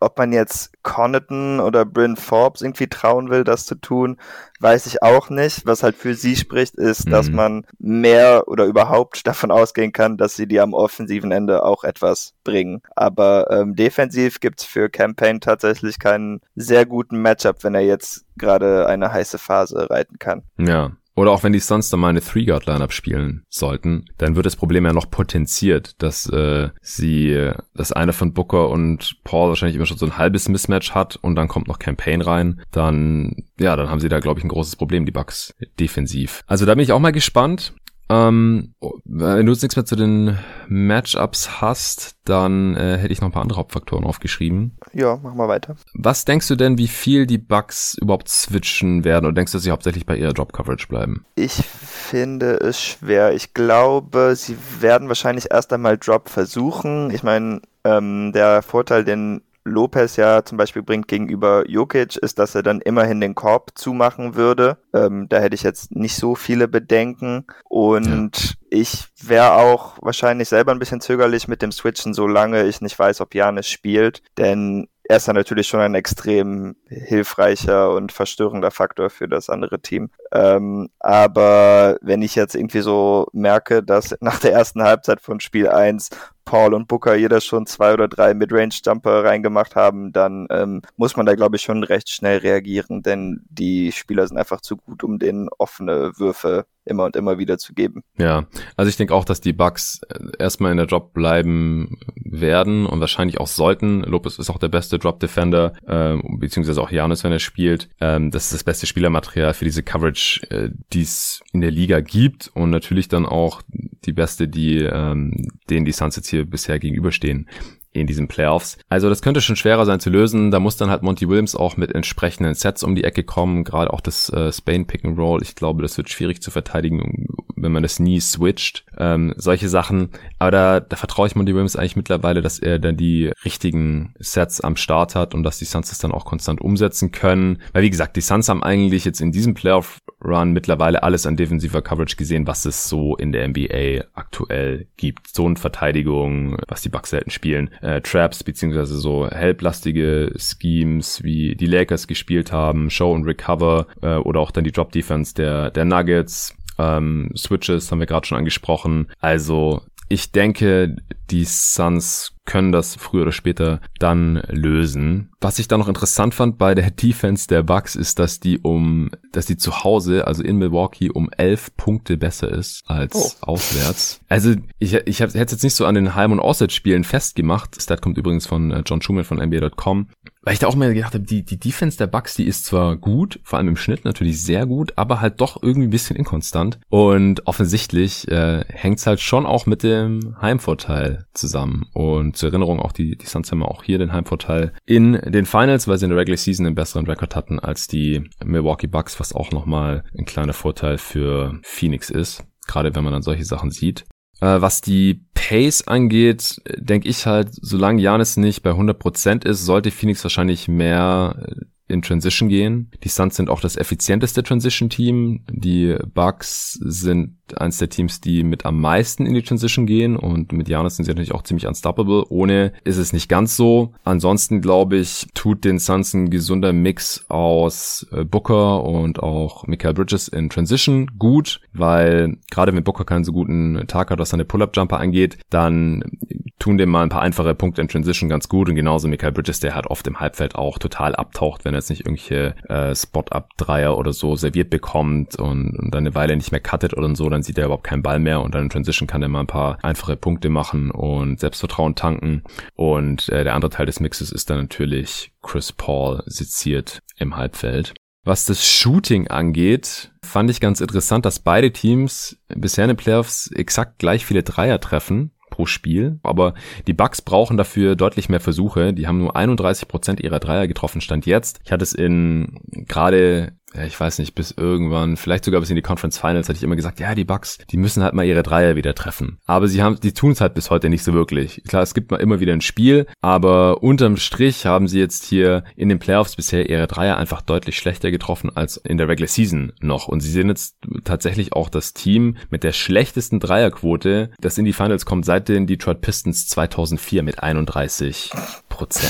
Speaker 2: ob man jetzt Connaughton oder Bryn Forbes irgendwie trauen will, das zu tun, weiß ich auch nicht. Was halt für sie spricht, ist, mhm. dass man mehr oder überhaupt davon ausgehen kann, dass sie dir am offensiven Ende auch etwas bringen. Aber ähm, defensiv gibt's für Cam Payne tatsächlich keinen sehr guten Matchup, wenn er jetzt gerade eine heiße Phase reiten kann.
Speaker 1: Ja. Oder auch wenn die Suns dann mal eine Three-Guard-Lineup spielen sollten, dann wird das Problem ja noch potenziert, dass äh, sie, das eine von Booker und Paul wahrscheinlich immer schon so ein halbes Mismatch hat und dann kommt noch Cam Payne rein, dann, ja, dann haben sie da, glaube ich, ein großes Problem, die Bucks defensiv. Also da bin ich auch mal gespannt. Ähm, wenn du jetzt nichts mehr zu den Matchups hast, dann äh, hätte ich noch ein paar andere Hauptfaktoren aufgeschrieben.
Speaker 2: Ja, machen wir weiter.
Speaker 1: Was denkst du denn, wie viel die Bucks überhaupt switchen werden, oder denkst du, dass sie hauptsächlich bei ihrer Drop-Coverage bleiben?
Speaker 2: Ich finde es schwer. Ich glaube, sie werden wahrscheinlich erst einmal Drop versuchen. Ich meine, ähm, der Vorteil, den Lopez ja zum Beispiel bringt gegenüber Jokic, ist, dass er dann immerhin den Korb zumachen würde. Ähm, da hätte ich jetzt nicht so viele Bedenken. Und ja. ich wäre auch wahrscheinlich selber ein bisschen zögerlich mit dem Switchen, solange ich nicht weiß, ob Giannis spielt. Denn er ist dann natürlich schon ein extrem hilfreicher und verstörender Faktor für das andere Team. Ähm, aber wenn ich jetzt irgendwie so merke, dass nach der ersten Halbzeit von Spiel eins Paul und Booker jeder schon zwei oder drei Midrange-Jumper reingemacht haben, dann ähm, muss man da, glaube ich, schon recht schnell reagieren, denn die Spieler sind einfach zu gut, um denen offene Würfe immer und immer wieder zu geben.
Speaker 1: Ja, also ich denke auch, dass die Bucks erstmal in der Drop bleiben werden und wahrscheinlich auch sollten. Lopez ist auch der beste Drop-Defender, äh, beziehungsweise auch Giannis, wenn er spielt. Ähm, das ist das beste Spielermaterial für diese Coverage, äh, die es in der Liga gibt und natürlich dann auch die beste, die ähm, denen die Suns jetzt hier bisher gegenüberstehen in diesen Playoffs. Also das könnte schon schwerer sein zu lösen. Da muss dann halt Monty Williams auch mit entsprechenden Sets um die Ecke kommen, gerade auch das äh, Spain Pick and Roll. Ich glaube, das wird schwierig zu verteidigen, wenn man das nie switcht. Ähm, solche Sachen. Aber da, da vertraue ich Monty Williams eigentlich mittlerweile, dass er dann die richtigen Sets am Start hat und dass die Suns das dann auch konstant umsetzen können. Weil wie gesagt, die Suns haben eigentlich jetzt in diesem Playoff-Run mittlerweile alles an defensiver Coverage gesehen, was es so in der N B A aktuell gibt. Zonenverteidigung, was die Bucks selten spielen. Äh, Traps beziehungsweise so helplastige Schemes, wie die Lakers gespielt haben, Show and Recover äh, oder auch dann die Drop Defense der der Nuggets, ähm, Switches haben wir gerade schon angesprochen. Also ich denke, die Suns können das früher oder später dann lösen. Was ich dann noch interessant fand bei der Defense der Bucks ist, dass die um, dass die zu Hause, also in Milwaukee, um elf Punkte besser ist als oh. auswärts. Also ich, ich hätte es jetzt nicht so an den Heim- und Auswärtsspielen festgemacht. Das Stat kommt übrigens von John Schumann von N B A Punkt com. Weil ich da auch mal gedacht habe, die, die Defense der Bucks, die ist zwar gut, vor allem im Schnitt natürlich sehr gut, aber halt doch irgendwie ein bisschen inkonstant. Und offensichtlich äh, hängt's halt schon auch mit dem Heimvorteil zusammen. Und zur Erinnerung auch, die, die Suns haben auch hier den Heimvorteil in den Finals, weil sie in der Regular Season einen besseren Rekord hatten als die Milwaukee Bucks, was auch nochmal ein kleiner Vorteil für Phoenix ist, gerade wenn man dann solche Sachen sieht. Was die Pace angeht, denke ich halt, solange Giannis nicht bei hundert Prozent ist, sollte Phoenix wahrscheinlich mehr in Transition gehen. Die Suns sind auch das effizienteste Transition-Team. Die Bucks sind eines der Teams, die mit am meisten in die Transition gehen und mit Giannis sind sie natürlich auch ziemlich unstoppable. Ohne ist es nicht ganz so. Ansonsten, glaube ich, tut den Suns ein gesunder Mix aus Booker und auch Mikal Bridges in Transition gut, weil gerade wenn Booker keinen so guten Tag hat, was seine Pull-Up-Jumper angeht, dann tun dem mal ein paar einfache Punkte in Transition ganz gut und genauso Mikal Bridges, der halt oft im Halbfeld auch total abtaucht, wenn er jetzt nicht irgendwelche äh, Spot-Up-Dreier oder so serviert bekommt und, und dann eine Weile nicht mehr cuttet oder so, dann sieht er überhaupt keinen Ball mehr und dann in Transition kann er mal ein paar einfache Punkte machen und Selbstvertrauen tanken. Und äh, der andere Teil des Mixes ist dann natürlich Chris Paul seziert im Halbfeld. Was das Shooting angeht, fand ich ganz interessant, dass beide Teams bisher in den Playoffs exakt gleich viele Dreier treffen pro Spiel, aber die Bucks brauchen dafür deutlich mehr Versuche. Die haben nur einunddreißig Prozent ihrer Dreier getroffen, Stand jetzt. Ich hatte es in gerade, ja, ich weiß nicht, bis irgendwann, vielleicht sogar bis in die Conference Finals, hatte ich immer gesagt, ja, die Bucks, die müssen halt mal ihre Dreier wieder treffen. Aber sie haben, die tun es halt bis heute nicht so wirklich. Klar, es gibt mal immer wieder ein Spiel, aber unterm Strich haben sie jetzt hier in den Playoffs bisher ihre Dreier einfach deutlich schlechter getroffen als in der Regular Season noch. Und sie sind jetzt tatsächlich auch das Team mit der schlechtesten Dreierquote, das in die Finals kommt, seit den Detroit Pistons zweitausendvier mit einunddreißig Prozent.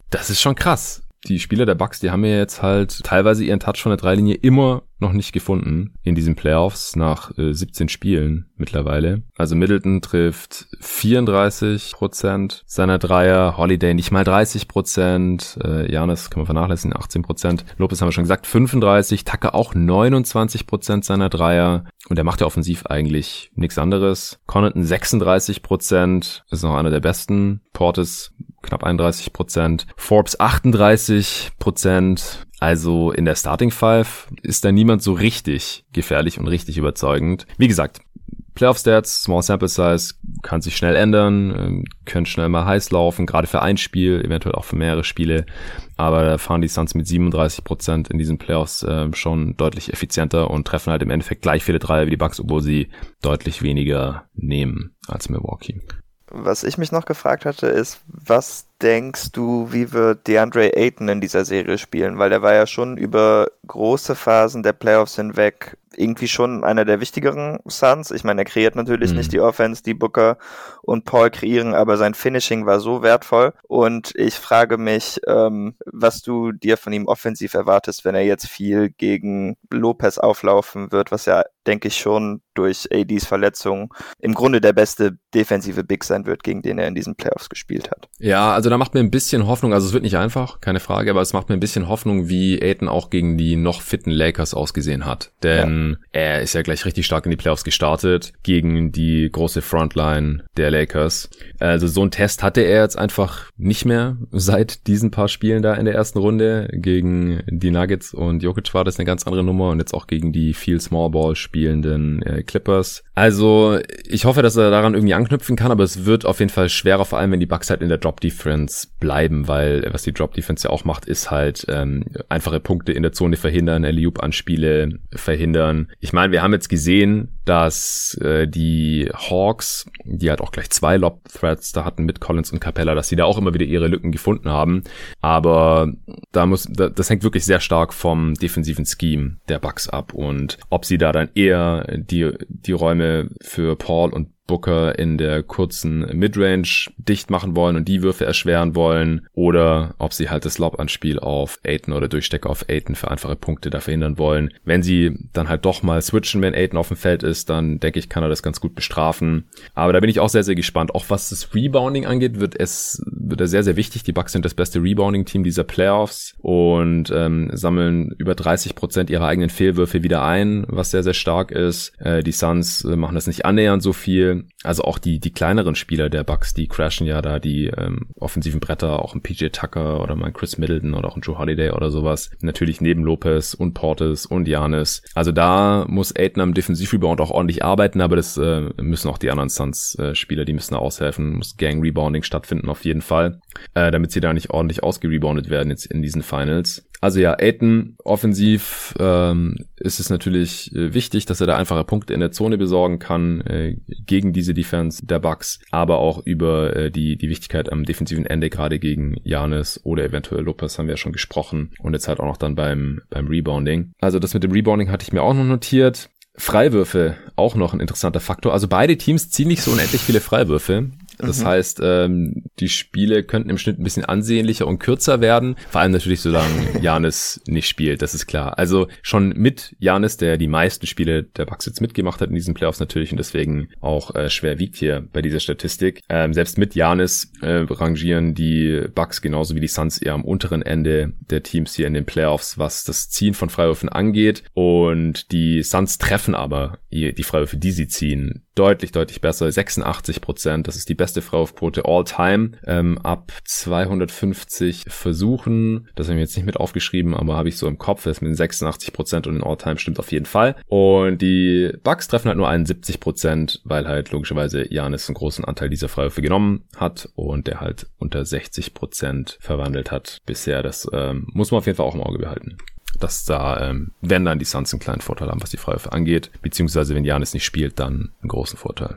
Speaker 1: Das ist schon krass. Die Spieler der Bucks, die haben ja jetzt halt teilweise ihren Touch von der Dreilinie immer noch nicht gefunden in diesen Playoffs nach äh, siebzehn Spielen mittlerweile. Also Middleton trifft vierunddreißig Prozent seiner Dreier, Holiday nicht mal dreißig Prozent, äh, Giannis kann man vernachlässigen, achtzehn Prozent, Lopez haben wir schon gesagt, fünfunddreißig, Tucker auch neunundzwanzig Prozent seiner Dreier und der macht ja offensiv eigentlich nichts anderes. Connaughton sechsunddreißig Prozent, ist noch einer der besten, Portis knapp einunddreißig Prozent, Forbes achtunddreißig Prozent. Also in der Starting Five ist da niemand so richtig gefährlich und richtig überzeugend. Wie gesagt, Playoff-Stats, Small Sample Size, kann sich schnell ändern, können schnell mal heiß laufen, gerade für ein Spiel, eventuell auch für mehrere Spiele. Aber da fahren die Suns mit siebenunddreißig Prozent in diesen Playoffs äh, schon deutlich effizienter und treffen halt im Endeffekt gleich viele Dreier wie die Bucks, obwohl sie deutlich weniger nehmen als Milwaukee.
Speaker 2: Was ich mich noch gefragt hatte, ist, was denkst du, wie wird DeAndre Ayton in dieser Serie spielen? Weil der war ja schon über große Phasen der Playoffs hinweg irgendwie schon einer der wichtigeren Suns. Ich meine, er kreiert natürlich mhm. nicht die Offense, die Booker und Paul kreieren, aber sein Finishing war so wertvoll. Und ich frage mich, ähm, was du dir von ihm offensiv erwartest, wenn er jetzt viel gegen Lopez auflaufen wird, was ja, denke ich, schon durch A Ds Verletzung im Grunde der beste defensive Big sein wird, gegen den er in diesen Playoffs gespielt hat.
Speaker 1: Ja, also da macht mir ein bisschen Hoffnung, also es wird nicht einfach, keine Frage, aber es macht mir ein bisschen Hoffnung, wie Ayton auch gegen die noch fitten Lakers ausgesehen hat. Denn ja. er ist ja gleich richtig stark in die Playoffs gestartet, gegen die große Frontline der Lakers. Also so einen Test hatte er jetzt einfach nicht mehr seit diesen paar Spielen da in der ersten Runde. Gegen die Nuggets und Jokic war das eine ganz andere Nummer und jetzt auch gegen die viel Smallball spielenden äh, Clippers. Also ich hoffe, dass er daran irgendwie anknüpfen kann, aber es wird auf jeden Fall schwerer, vor allem wenn die Bucks halt in der Drop-Defense bleiben, weil was die Drop-Defense ja auch macht, ist halt ähm, einfache Punkte in der Zone verhindern, Alley-Oop-Anspiele verhindern. Ich meine, wir haben jetzt gesehen, dass äh, die Hawks, die halt auch gleich zwei Lob-Threats da hatten mit Collins und Capella, dass sie da auch immer wieder ihre Lücken gefunden haben, aber da muss, da, das hängt wirklich sehr stark vom defensiven Scheme der Bucks ab und ob sie da dann eher die die Räume für Paul und Booker in der kurzen Midrange dicht machen wollen und die Würfe erschweren wollen oder ob sie halt das Lob-Anspiel auf Ayton oder Durchstecker auf Ayton für einfache Punkte da verhindern wollen. Wenn sie dann halt doch mal switchen, wenn Ayton auf dem Feld ist, dann denke ich, kann er das ganz gut bestrafen. Aber da bin ich auch sehr, sehr gespannt. Auch was das Rebounding angeht, wird es wird er sehr, sehr wichtig. Die Bucks sind das beste Rebounding-Team dieser Playoffs und ähm, sammeln über dreißig Prozent ihrer eigenen Fehlwürfe wieder ein, was sehr, sehr stark ist. Äh, die Suns äh, machen das nicht annähernd so viel. Also auch die die kleineren Spieler der Bucks, die crashen ja da die ähm, offensiven Bretter, auch ein P J Tucker oder mal ein Chris Middleton oder auch ein Joe Holiday oder sowas. Natürlich neben Lopez und Portis und Giannis. Also da muss Ayton am Defensivrebound auch ordentlich arbeiten, aber das äh, müssen auch die anderen Suns-Spieler, äh, die müssen da aushelfen. Muss Gang-Rebounding stattfinden auf jeden Fall, äh, damit sie da nicht ordentlich ausgereboundet werden jetzt in diesen Finals. Also ja, Ayton offensiv ähm, ist es natürlich äh, wichtig, dass er da einfache Punkte in der Zone besorgen kann äh, gegen diese Defense der Bucks, aber auch über äh, die die Wichtigkeit am defensiven Ende, gerade gegen Giannis oder eventuell Lopez haben wir ja schon gesprochen und jetzt halt auch noch dann beim beim Rebounding. Also das mit dem Rebounding hatte ich mir auch noch notiert. Freiwürfe, auch noch ein interessanter Faktor. Also beide Teams ziehen nicht so unendlich viele Freiwürfe. Das mhm. heißt, ähm, die Spiele könnten im Schnitt ein bisschen ansehnlicher und kürzer werden. Vor allem natürlich, solange Giannis nicht spielt, das ist klar. Also schon mit Giannis, der die meisten Spiele der Bucks jetzt mitgemacht hat in diesen Playoffs natürlich und deswegen auch äh, schwer wiegt hier bei dieser Statistik. Ähm, selbst mit Giannis äh, rangieren die Bucks genauso wie die Suns eher am unteren Ende der Teams hier in den Playoffs, was das Ziehen von Freiwürfen angeht. Und die Suns treffen aber die Freiwürfe, die sie ziehen, deutlich, deutlich besser. sechsundachtzig Prozent, das ist die beste Freiwurfquote all time. Ähm, ab zweihundertfünfzig Versuchen, das habe ich mir jetzt nicht mit aufgeschrieben, aber habe ich so im Kopf, das mit den sechsundachtzig Prozent und den all time stimmt auf jeden Fall. Und die Bucks treffen halt nur einundsiebzig Prozent, weil halt logischerweise Giannis einen großen Anteil dieser Freiwürfe genommen hat und der halt unter sechzig Prozent verwandelt hat bisher. Das ähm, muss man auf jeden Fall auch im Auge behalten. Dass da, ähm, wenn dann die Suns einen kleinen Vorteil haben, was die Freiwürfe angeht, beziehungsweise wenn Giannis nicht spielt, dann einen großen Vorteil.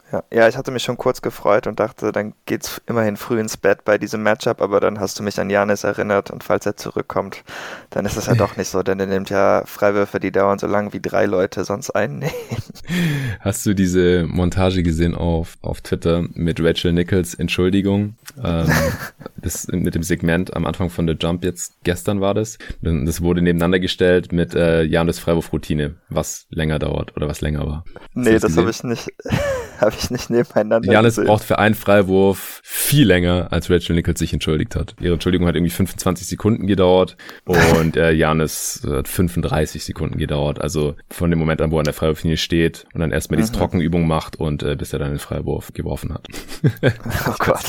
Speaker 2: Ja. ja, ich hatte mich schon kurz gefreut und dachte, dann geht's immerhin früh ins Bett bei diesem Matchup, aber dann hast du mich an Giannis erinnert und falls er zurückkommt, dann ist es ja doch nicht so, denn er nimmt ja Freiwürfe, die dauern so lang wie drei Leute sonst einnehmen.
Speaker 1: Hast du diese Montage gesehen auf, auf Twitter mit Rachel Nichols Entschuldigung? Ähm, das mit dem Segment am Anfang von der Jump jetzt, gestern war das. Das wurde nebeneinander gestellt mit äh, Giannis Freiwurfroutine, was länger dauert oder was länger war. Hast
Speaker 2: nee, das, das habe ich nicht... Habe ich nicht nebeneinander
Speaker 1: Giannis
Speaker 2: gesehen.
Speaker 1: braucht für einen Freiwurf viel länger, als Rachel Nichols sich entschuldigt hat. Ihre Entschuldigung hat irgendwie fünfundzwanzig Sekunden gedauert und äh, Giannis hat fünfunddreißig Sekunden gedauert. Also von dem Moment an, wo er an der Freiwurflinie steht und dann erstmal mhm. diese Trockenübung macht und äh, bis er dann den Freiwurf geworfen hat.
Speaker 2: Oh Gott.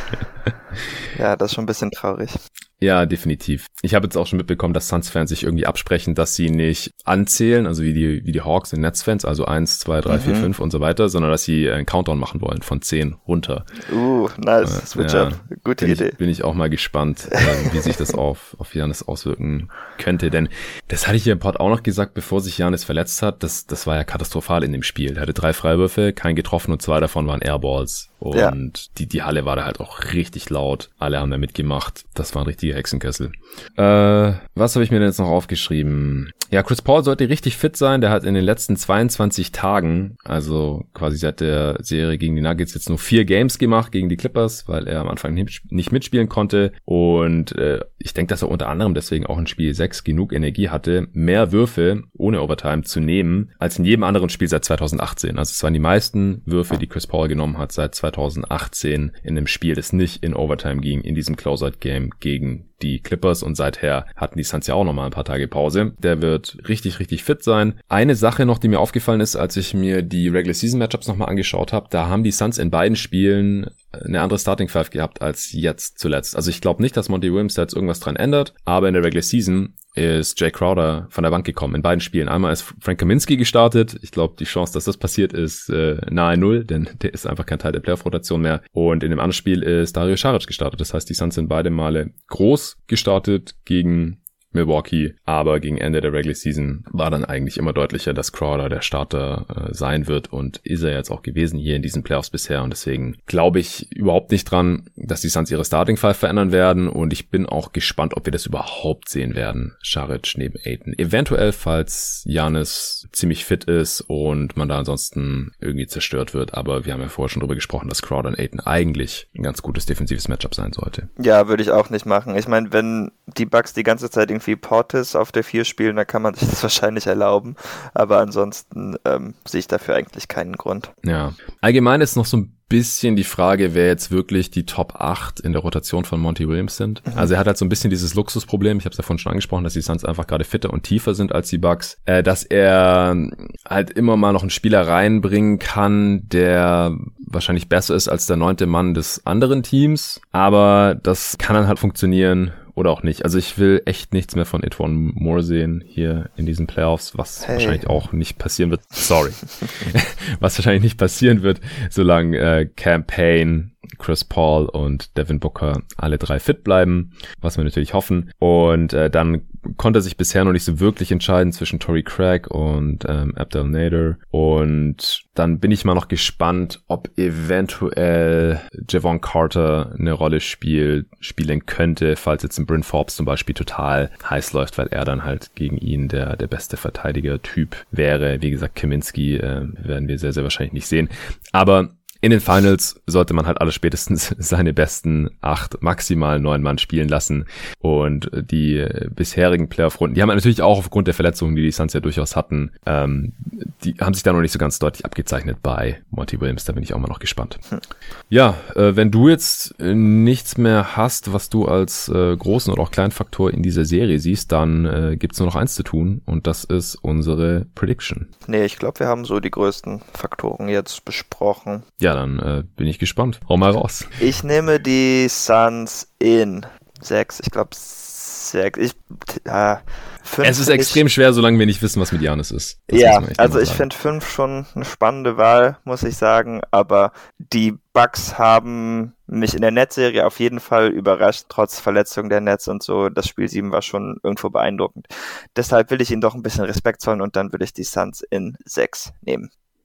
Speaker 2: Ja, das ist schon ein bisschen traurig.
Speaker 1: Ja, definitiv. Ich habe jetzt auch schon mitbekommen, dass Suns-Fans sich irgendwie absprechen, dass sie nicht anzählen, also wie die wie die Hawks und Nets-Fans, also eins, zwei, drei, vier, fünf und so weiter, sondern dass sie einen Countdown machen wollen von zehn runter.
Speaker 2: Uh, nice. Äh, Switch
Speaker 1: ja,
Speaker 2: up. Gute
Speaker 1: bin
Speaker 2: Idee.
Speaker 1: Ich, bin ich auch mal gespannt, äh, wie sich das auf auf Giannis auswirken könnte, denn das hatte ich hier im Pod auch noch gesagt, bevor sich Giannis verletzt hat, das das war ja katastrophal in dem Spiel. Er hatte drei Freiwürfe, kein getroffen und zwei davon waren Airballs. Und ja. die die Halle war da halt auch richtig laut. Alle haben da mitgemacht. Das war ein richtiger Hexenkessel. Äh, was habe ich mir denn jetzt noch aufgeschrieben? Ja, Chris Paul sollte richtig fit sein. Der hat in den letzten zweiundzwanzig Tagen, also quasi seit der Serie gegen die Nuggets, jetzt nur vier Games gemacht gegen die Clippers, weil er am Anfang nicht mitspielen konnte. Und äh, ich denke, dass er unter anderem deswegen auch in Spiel sechs genug Energie hatte, mehr Würfe ohne Overtime zu nehmen, als in jedem anderen Spiel seit zweitausendachtzehn. Also es waren die meisten Würfe, die Chris Paul genommen hat seit zweitausendachtzehn in einem Spiel, das nicht in Overtime ging, in diesem Closeout-Game gegen die Clippers, und seither hatten die Suns ja auch nochmal ein paar Tage Pause. Der wird richtig, richtig fit sein. Eine Sache noch, die mir aufgefallen ist, als ich mir die Regular Season Matchups nochmal angeschaut habe, da haben die Suns in beiden Spielen eine andere Starting Five gehabt als jetzt zuletzt. Also ich glaube nicht, dass Monty Williams da jetzt irgendwas dran ändert, aber in der Regular Season ist Jay Crowder von der Bank gekommen in beiden Spielen. Einmal ist Frank Kaminsky gestartet. Ich glaube, die Chance, dass das passiert, ist äh, nahe Null, denn der ist einfach kein Teil der Playoff-Rotation mehr. Und in dem anderen Spiel ist Dario Saric gestartet. Das heißt, die Suns sind beide Male groß gestartet gegen Milwaukee, aber gegen Ende der Regular Season war dann eigentlich immer deutlicher, dass Crowder der Starter äh, sein wird, und ist er jetzt auch gewesen hier in diesen Playoffs bisher, und deswegen glaube ich überhaupt nicht dran, dass die Suns ihre Starting Five verändern werden, und ich bin auch gespannt, ob wir das überhaupt sehen werden, Saric neben Ayton. Eventuell, falls Giannis ziemlich fit ist und man da ansonsten irgendwie zerstört wird, aber wir haben ja vorher schon drüber gesprochen, dass Crowder und Ayton eigentlich ein ganz gutes defensives Matchup sein sollte.
Speaker 2: Ja, würde ich auch nicht machen. Ich meine, wenn die Bucks die ganze Zeit irgendwie Portis auf der vier spielen, dann kann man sich das wahrscheinlich erlauben, aber ansonsten ähm, sehe ich dafür eigentlich keinen Grund.
Speaker 1: Ja, allgemein ist noch so ein bisschen die Frage, wer jetzt wirklich die Top acht in der Rotation von Monty Williams sind. Mhm. Also er hat halt so ein bisschen dieses Luxusproblem, ich habe es ja vorhin schon angesprochen, dass die Suns einfach gerade fitter und tiefer sind als die Bucks, äh, dass er halt immer mal noch einen Spieler reinbringen kann, der wahrscheinlich besser ist als der neunte Mann des anderen Teams, aber das kann dann halt funktionieren oder auch nicht. Also ich will echt nichts mehr von Etuan Moore sehen hier in diesen Playoffs, was hey. wahrscheinlich auch nicht passieren wird. Sorry. was wahrscheinlich nicht passieren wird, solange äh, Cam Payne, Chris Paul und Devin Booker alle drei fit bleiben, was wir natürlich hoffen. Und äh, dann konnte er sich bisher noch nicht so wirklich entscheiden zwischen Torrey Craig und ähm, Abdel Nader. Und dann bin ich mal noch gespannt, ob eventuell Javon Carter eine Rolle spielt, spielen könnte, falls jetzt ein Bryn Forbes zum Beispiel total heiß läuft, weil er dann halt gegen ihn der der beste Verteidiger-Typ wäre. Wie gesagt, Kaminsky äh, werden wir sehr, sehr wahrscheinlich nicht sehen. Aber in den Finals sollte man halt alle spätestens seine besten acht, maximal neun Mann spielen lassen. Und die bisherigen Playoff-Runden, die haben natürlich auch aufgrund der Verletzungen, die die Suns ja durchaus hatten, ähm, die haben sich da noch nicht so ganz deutlich abgezeichnet bei Monty Williams. Da bin ich auch mal noch gespannt. Hm. Ja, äh, wenn du jetzt äh, nichts mehr hast, was du als äh, großen oder auch kleinen Faktor in dieser Serie siehst, dann äh, gibt's nur noch eins zu tun, und das ist unsere Prediction.
Speaker 2: Nee, ich glaube, wir haben so die größten Faktoren jetzt besprochen.
Speaker 1: Ja, dann äh, bin ich gespannt. Hau mal raus.
Speaker 2: Ich nehme die Suns in sechs. Ich glaube sechs. Ich, äh, fünf
Speaker 1: es ist extrem ich, schwer, solange wir nicht wissen, was mit Giannis ist. Das
Speaker 2: ja, also ich finde fünf schon eine spannende Wahl, muss ich sagen. Aber die Bucks haben mich in der Nets-Serie auf jeden Fall überrascht, trotz Verletzung der Nets und so. Das Spiel sieben war schon irgendwo beeindruckend. Deshalb will ich ihnen doch ein bisschen Respekt zollen, und dann würde ich die Suns in sechs nehmen.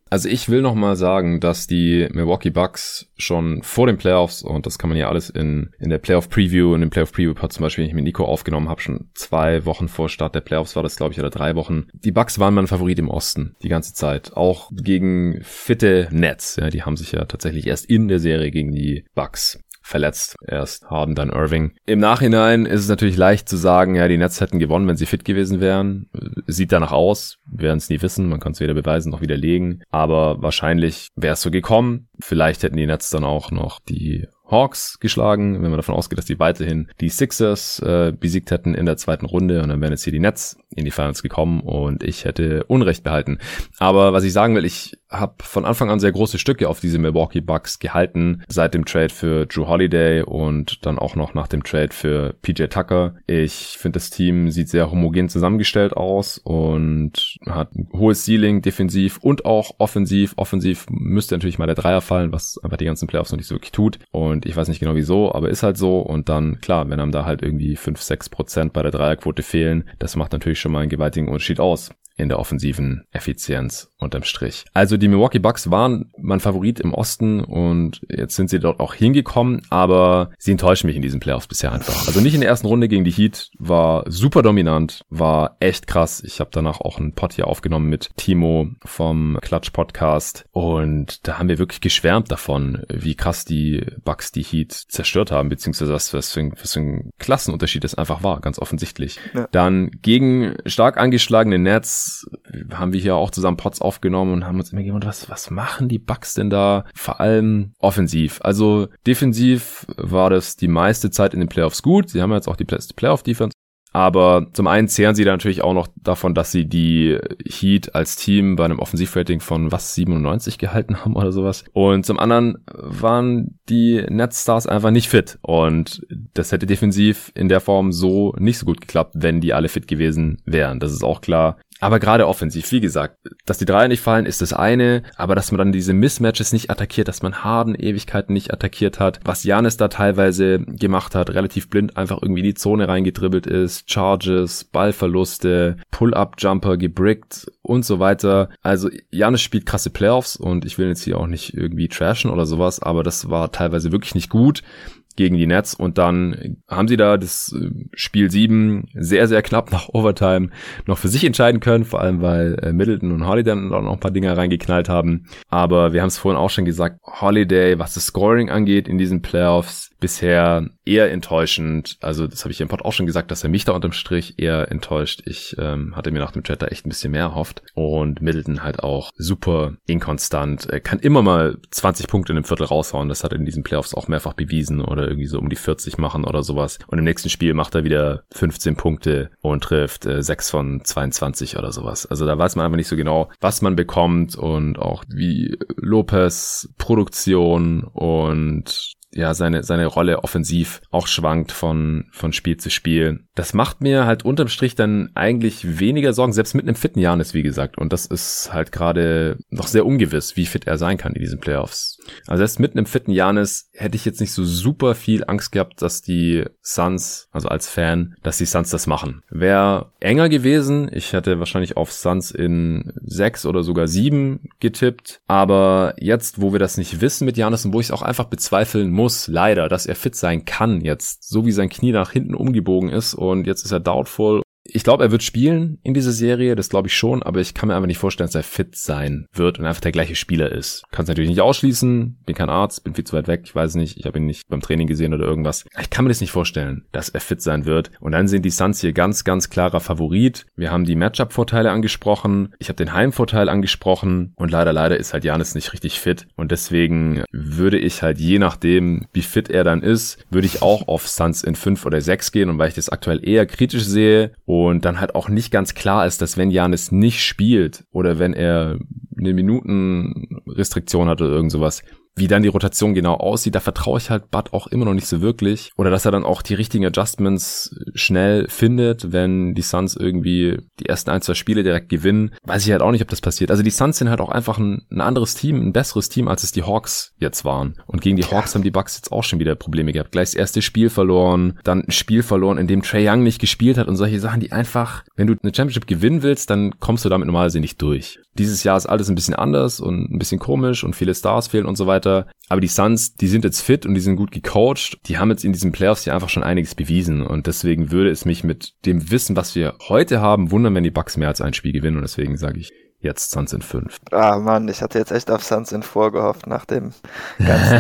Speaker 1: Also ich will noch mal sagen, dass die Milwaukee Bucks schon vor den Playoffs, und das kann man ja alles in in der Playoff-Preview, in dem Playoff-Preview-Pod zum Beispiel, den ich mit Nico aufgenommen habe, schon zwei Wochen vor Start der Playoffs war das, glaube ich, oder drei Wochen. Die Bucks waren mein Favorit im Osten die ganze Zeit, auch gegen fitte Nets. Ja, die haben sich ja tatsächlich erst in der Serie gegen die Bucks verletzt. Erst Harden, dann Irving. Im Nachhinein ist es natürlich leicht zu sagen, ja, die Nets hätten gewonnen, wenn sie fit gewesen wären. Sieht danach aus. Wir werden es nie wissen. Man kann es weder beweisen noch widerlegen. Aber wahrscheinlich wäre es so gekommen. Vielleicht hätten die Nets dann auch noch die Hawks geschlagen, wenn man davon ausgeht, dass die weiterhin die Sixers äh, besiegt hätten in der zweiten Runde, und dann wären jetzt hier die Nets in die Finals gekommen und ich hätte Unrecht behalten. Aber was ich sagen will, ich habe von Anfang an sehr große Stücke auf diese Milwaukee Bucks gehalten, seit dem Trade für Drew Holiday und dann auch noch nach dem Trade für P J Tucker. Ich finde, das Team sieht sehr homogen zusammengestellt aus und hat ein hohes Ceiling, defensiv und auch offensiv. Offensiv müsste natürlich mal der Dreier fallen, was einfach die ganzen Playoffs noch nicht so wirklich tut. Und ich weiß nicht genau wieso, aber ist halt so. Und dann, klar, wenn einem da halt irgendwie fünf, sechs Prozent bei der Dreierquote fehlen, das macht natürlich schon mal einen gewaltigen Unterschied aus in der offensiven Effizienz unterm Strich. Also die Milwaukee Bucks waren mein Favorit im Osten und jetzt sind sie dort auch hingekommen, aber sie enttäuschen mich in diesen Playoffs bisher einfach. Also nicht in der ersten Runde gegen die Heat, war super dominant, war echt krass. Ich habe danach auch einen Pod hier aufgenommen mit Timo vom Clutch Podcast und da haben wir wirklich geschwärmt davon, wie krass die Bucks die Heat zerstört haben, beziehungsweise was, was, für, ein, was für ein Klassenunterschied es einfach war, ganz offensichtlich. Ja. Dann gegen stark angeschlagene Nets haben wir hier auch zusammen Pods aufgenommen und haben uns immer gewundert, was, was machen die Bucks denn da? Vor allem offensiv. Also defensiv war das die meiste Zeit in den Playoffs gut. Sie haben jetzt auch die beste Playoff-Defense. Aber zum einen zehren sie da natürlich auch noch davon, dass sie die Heat als Team bei einem Offensivrating von was, siebenundneunzig gehalten haben oder sowas. Und zum anderen waren die Nets-Stars einfach nicht fit. Und das hätte defensiv in der Form so nicht so gut geklappt, wenn die alle fit gewesen wären. Das ist auch klar. Aber gerade offensiv, wie gesagt, dass die Dreier nicht fallen, ist das eine, aber dass man dann diese Mismatches nicht attackiert, dass man Harden Ewigkeiten nicht attackiert hat, was Giannis da teilweise gemacht hat, relativ blind einfach irgendwie in die Zone reingedribbelt ist, Charges, Ballverluste, Pull-Up-Jumper gebrickt und so weiter. Also Giannis spielt krasse Playoffs und ich will jetzt hier auch nicht irgendwie trashen oder sowas, aber das war teilweise wirklich nicht gut gegen die Nets und dann haben sie da das Spiel sieben sehr, sehr knapp nach Overtime noch für sich entscheiden können, vor allem weil äh, Middleton und Holiday dann auch noch ein paar Dinger reingeknallt haben. Aber wir haben es vorhin auch schon gesagt, Holiday, was das Scoring angeht in diesen Playoffs, bisher eher enttäuschend. Also das habe ich im Pod auch schon gesagt, dass er mich da unterm Strich eher enttäuscht. Ich ähm, hatte mir nach dem Chat da echt ein bisschen mehr erhofft. Und Middleton halt auch super inkonstant. Er kann immer mal zwanzig Punkte in einem Viertel raushauen. Das hat er in diesen Playoffs auch mehrfach bewiesen oder irgendwie so um die vierzig machen oder sowas. Und im nächsten Spiel macht er wieder fünfzehn Punkte und trifft äh, sechs von zweiundzwanzig oder sowas. Also da weiß man einfach nicht so genau, was man bekommt und auch wie Lopez Produktion und ja, seine seine Rolle offensiv auch schwankt von von Spiel zu Spiel. Das macht mir halt unterm Strich dann eigentlich weniger Sorgen, selbst mit einem fitten Giannis, wie gesagt. Und das ist halt gerade noch sehr ungewiss, wie fit er sein kann in diesen Playoffs. Also selbst mit einem fitten Giannis hätte ich jetzt nicht so super viel Angst gehabt, dass die Suns, also als Fan, dass die Suns das machen. Wäre enger gewesen. Ich hätte wahrscheinlich auf Suns in sechs oder sogar sieben getippt. Aber jetzt, wo wir das nicht wissen mit Giannis und wo ich es auch einfach bezweifeln muss, leider, dass er fit sein kann jetzt, so wie sein Knie nach hinten umgebogen ist und jetzt ist er doubtful. Ich glaube, er wird spielen in dieser Serie, das glaube ich schon, aber ich kann mir einfach nicht vorstellen, dass er fit sein wird und einfach der gleiche Spieler ist. Kann es natürlich nicht ausschließen, bin kein Arzt, bin viel zu weit weg, ich weiß nicht, ich habe ihn nicht beim Training gesehen oder irgendwas. Ich kann mir das nicht vorstellen, dass er fit sein wird. Und dann sind die Suns hier ganz, ganz klarer Favorit. Wir haben die Matchup-Vorteile angesprochen, ich habe den Heimvorteil angesprochen und leider, leider ist halt Giannis nicht richtig fit. Und deswegen würde ich halt je nachdem, wie fit er dann ist, würde ich auch auf Suns in fünf oder sechs gehen. Und weil ich das aktuell eher kritisch sehe und dann halt auch nicht ganz klar ist, dass wenn Giannis nicht spielt oder wenn er eine Minutenrestriktion hat oder irgend sowas, wie dann die Rotation genau aussieht, da vertraue ich halt Bud auch immer noch nicht so wirklich. Oder dass er dann auch die richtigen Adjustments schnell findet, wenn die Suns irgendwie die ersten ein, zwei Spiele direkt gewinnen. Weiß ich halt auch nicht, ob das passiert. Also die Suns sind halt auch einfach ein, ein anderes Team, ein besseres Team, als es die Hawks jetzt waren. Und gegen die Hawks haben die Bucks jetzt auch schon wieder Probleme gehabt. Gleich das erste Spiel verloren, dann ein Spiel verloren, in dem Trae Young nicht gespielt hat und solche Sachen, die einfach, wenn du eine Championship gewinnen willst, dann kommst du damit normalerweise nicht durch. Dieses Jahr ist alles ein bisschen anders und ein bisschen komisch und viele Stars fehlen und so weiter. Aber die Suns, die sind jetzt fit und die sind gut gecoacht. Die haben jetzt in diesen Playoffs ja einfach schon einiges bewiesen. Und deswegen würde es mich mit dem Wissen, was wir heute haben, wundern, wenn die Bucks mehr als ein Spiel gewinnen. Und deswegen sage ich jetzt Suns in fünf.
Speaker 2: Ah Mann, ich hatte jetzt echt auf Suns in vier gehofft nach dem ganzen...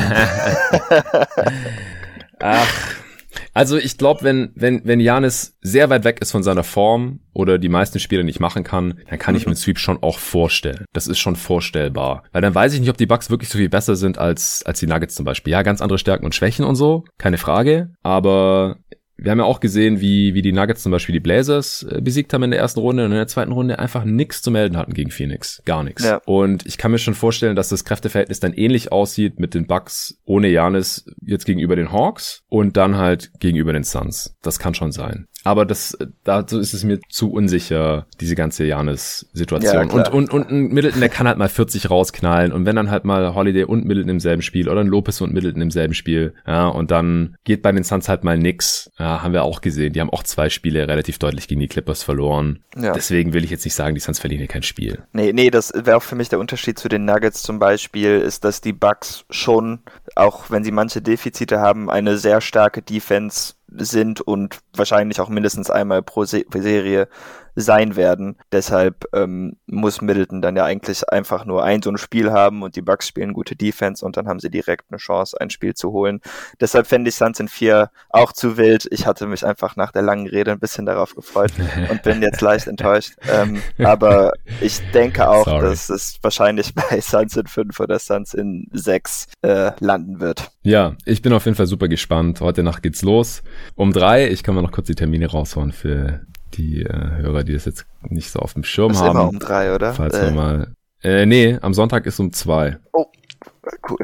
Speaker 1: Ach... Also ich glaube, wenn wenn wenn Giannis sehr weit weg ist von seiner Form oder die meisten Spiele nicht machen kann, dann kann ich mir den Sweep schon auch vorstellen. Das ist schon vorstellbar. Weil dann weiß ich nicht, ob die Bucks wirklich so viel besser sind als als die Nuggets zum Beispiel. Ja, ganz andere Stärken und Schwächen und so, keine Frage. Aber wir haben ja auch gesehen, wie wie die Nuggets zum Beispiel die Blazers äh, besiegt haben in der ersten Runde und in der zweiten Runde einfach nichts zu melden hatten gegen Phoenix. Gar nichts. Ja. Und ich kann mir schon vorstellen, dass das Kräfteverhältnis dann ähnlich aussieht mit den Bucks ohne Giannis jetzt gegenüber den Hawks und dann halt gegenüber den Suns. Das kann schon sein. Aber das, dazu ist es mir zu unsicher, diese ganze Giannis-Situation. Ja, und, und, und ein Middleton, der kann halt mal vierzig rausknallen. Und wenn dann halt mal Holiday und Middleton im selben Spiel oder ein Lopez und Middleton im selben Spiel, ja, und dann geht bei den Suns halt mal nix. Ja, haben wir auch gesehen. Die haben auch zwei Spiele relativ deutlich gegen die Clippers verloren. Ja. Deswegen will ich jetzt nicht sagen, die Suns verlieren hier kein Spiel.
Speaker 2: Nee, nee, das wäre auch für mich der Unterschied zu den Nuggets zum Beispiel, ist, dass die Bucks schon, auch wenn sie manche Defizite haben, eine sehr starke Defense sind und wahrscheinlich auch mindestens einmal pro Se- Serie sein werden. Deshalb ähm, muss Middleton dann ja eigentlich einfach nur ein so ein Spiel haben und die Bucks spielen gute Defense und dann haben sie direkt eine Chance, ein Spiel zu holen. Deshalb fände ich Suns in vier auch zu wild. Ich hatte mich einfach nach der langen Rede ein bisschen darauf gefreut und bin jetzt leicht enttäuscht. Ähm, aber ich denke auch, Sorry. dass es wahrscheinlich bei Suns in fünf oder Suns in sechs äh, landen wird.
Speaker 1: Ja, ich bin auf jeden Fall super gespannt. Heute Nacht geht's los. Um drei, ich kann mal noch kurz die Termine raushauen für die äh, Hörer, die das jetzt nicht so auf dem Schirm
Speaker 2: ist
Speaker 1: haben.
Speaker 2: Immer um drei, oder?
Speaker 1: Falls äh. wir mal. Äh, nee, am Sonntag ist um zwei.
Speaker 2: Oh, cool.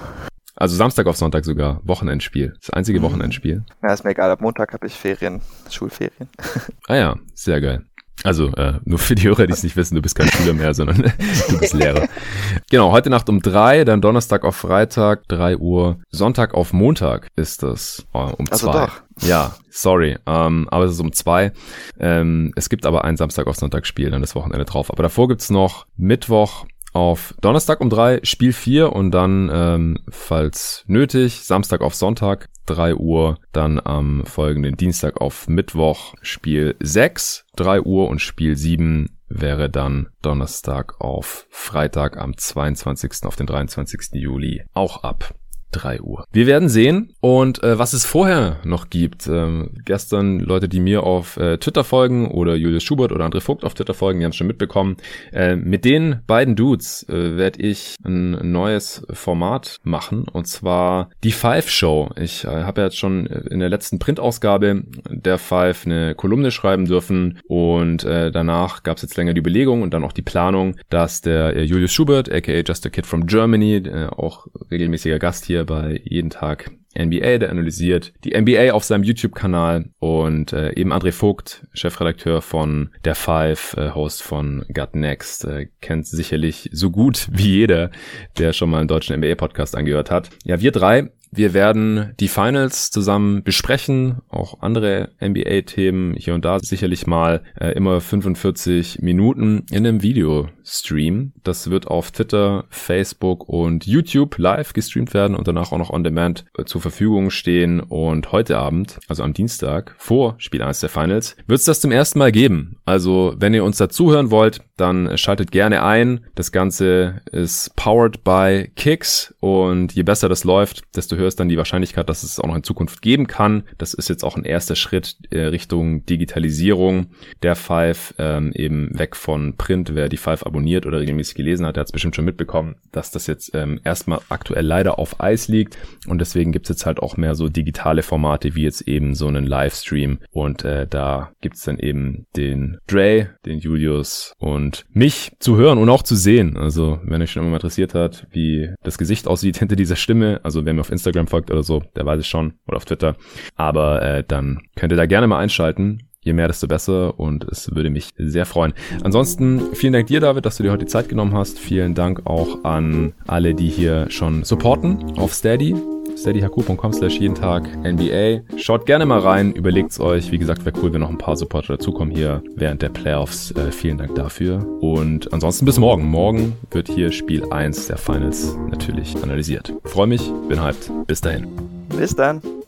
Speaker 1: Also Samstag auf Sonntag sogar. Wochenendspiel. Das einzige mhm. Wochenendspiel.
Speaker 2: Ja, ist mir egal. Ab Montag habe ich Ferien, Schulferien.
Speaker 1: Ah ja, sehr geil. Also äh, nur für die Hörer, die es nicht wissen, du bist kein Schüler mehr, sondern du bist Lehrer. Genau, heute Nacht um drei, dann Donnerstag auf Freitag, drei Uhr. Sonntag auf Montag ist das oh, um
Speaker 2: also
Speaker 1: zwei.
Speaker 2: Doch.
Speaker 1: Ja, sorry, ähm, aber es ist um zwei. Ähm, es gibt aber ein Samstag auf Sonntag Spiel, dann das Wochenende drauf. Aber davor gibt's noch Mittwoch auf Donnerstag um drei, Spiel vier und dann, ähm, falls nötig, Samstag auf Sonntag, drei Uhr, dann am folgenden Dienstag auf Mittwoch, Spiel sechs, drei Uhr und Spiel sieben wäre dann Donnerstag auf Freitag am zweiundzwanzigsten auf den dreiundzwanzigsten Juli, auch ab drei Uhr. Wir werden sehen und äh, was es vorher noch gibt. Ähm, gestern Leute, die mir auf äh, Twitter folgen oder Julius Schubert oder André Vogt auf Twitter folgen, die haben es schon mitbekommen. Äh, mit den beiden Dudes äh, werde ich ein neues Format machen und zwar die Five Show. Ich äh, habe ja jetzt schon in der letzten Printausgabe der Five eine Kolumne schreiben dürfen und äh, danach gab es jetzt länger die Überlegung und dann auch die Planung, dass der äh, Julius Schubert, aka Just a Kid from Germany, äh, auch regelmäßiger Gast hier bei Jeden Tag N B A, der analysiert die N B A auf seinem YouTube-Kanal und äh, eben André Vogt, Chefredakteur von der Five, äh, Host von Gut Next, äh, kennt sicherlich so gut wie jeder, der schon mal einen deutschen N B A-Podcast angehört hat. Ja, wir drei, wir werden die Finals zusammen besprechen, auch andere N B A-Themen hier und da sicherlich mal äh, immer fünfundvierzig Minuten in einem Videostream. Das wird auf Twitter, Facebook und YouTube live gestreamt werden und danach auch noch on demand äh, zur Verfügung stehen. Und heute Abend, also am Dienstag, vor Spiel eins der Finals, wird es das zum ersten Mal geben. Also wenn ihr uns dazuhören wollt, dann schaltet gerne ein. Das Ganze ist powered by Kicks und je besser das läuft, desto höher ist dann die Wahrscheinlichkeit, dass es auch noch in Zukunft geben kann. Das ist jetzt auch ein erster Schritt äh, Richtung Digitalisierung der Five, ähm, eben weg von Print. Wer die Five abonniert oder regelmäßig gelesen hat, der hat es bestimmt schon mitbekommen, dass das jetzt ähm, erstmal aktuell leider auf Eis liegt und deswegen gibt es jetzt halt auch mehr so digitale Formate wie jetzt eben so einen Livestream und äh, da gibt es dann eben den Dre, den Julius und und mich zu hören und auch zu sehen. Also wenn euch schon immer mal interessiert hat, wie das Gesicht aussieht hinter dieser Stimme, also wer mir auf Instagram folgt oder so, der weiß es schon, oder auf Twitter. Aber äh, dann könnt ihr da gerne mal einschalten. Je mehr, desto besser und es würde mich sehr freuen. Ansonsten vielen Dank dir, David, dass du dir heute die Zeit genommen hast. Vielen Dank auch an alle, die hier schon supporten auf Steady. steadyhq.com slash jeden Tag N B A. Schaut gerne mal rein, überlegt's euch. Wie gesagt, wäre cool, wenn noch ein paar Supporter dazukommen hier während der Playoffs. Äh, vielen Dank dafür. Und ansonsten bis morgen. Morgen wird hier Spiel eins der Finals natürlich analysiert. Freue mich, bin hyped. Bis dahin.
Speaker 2: Bis dann.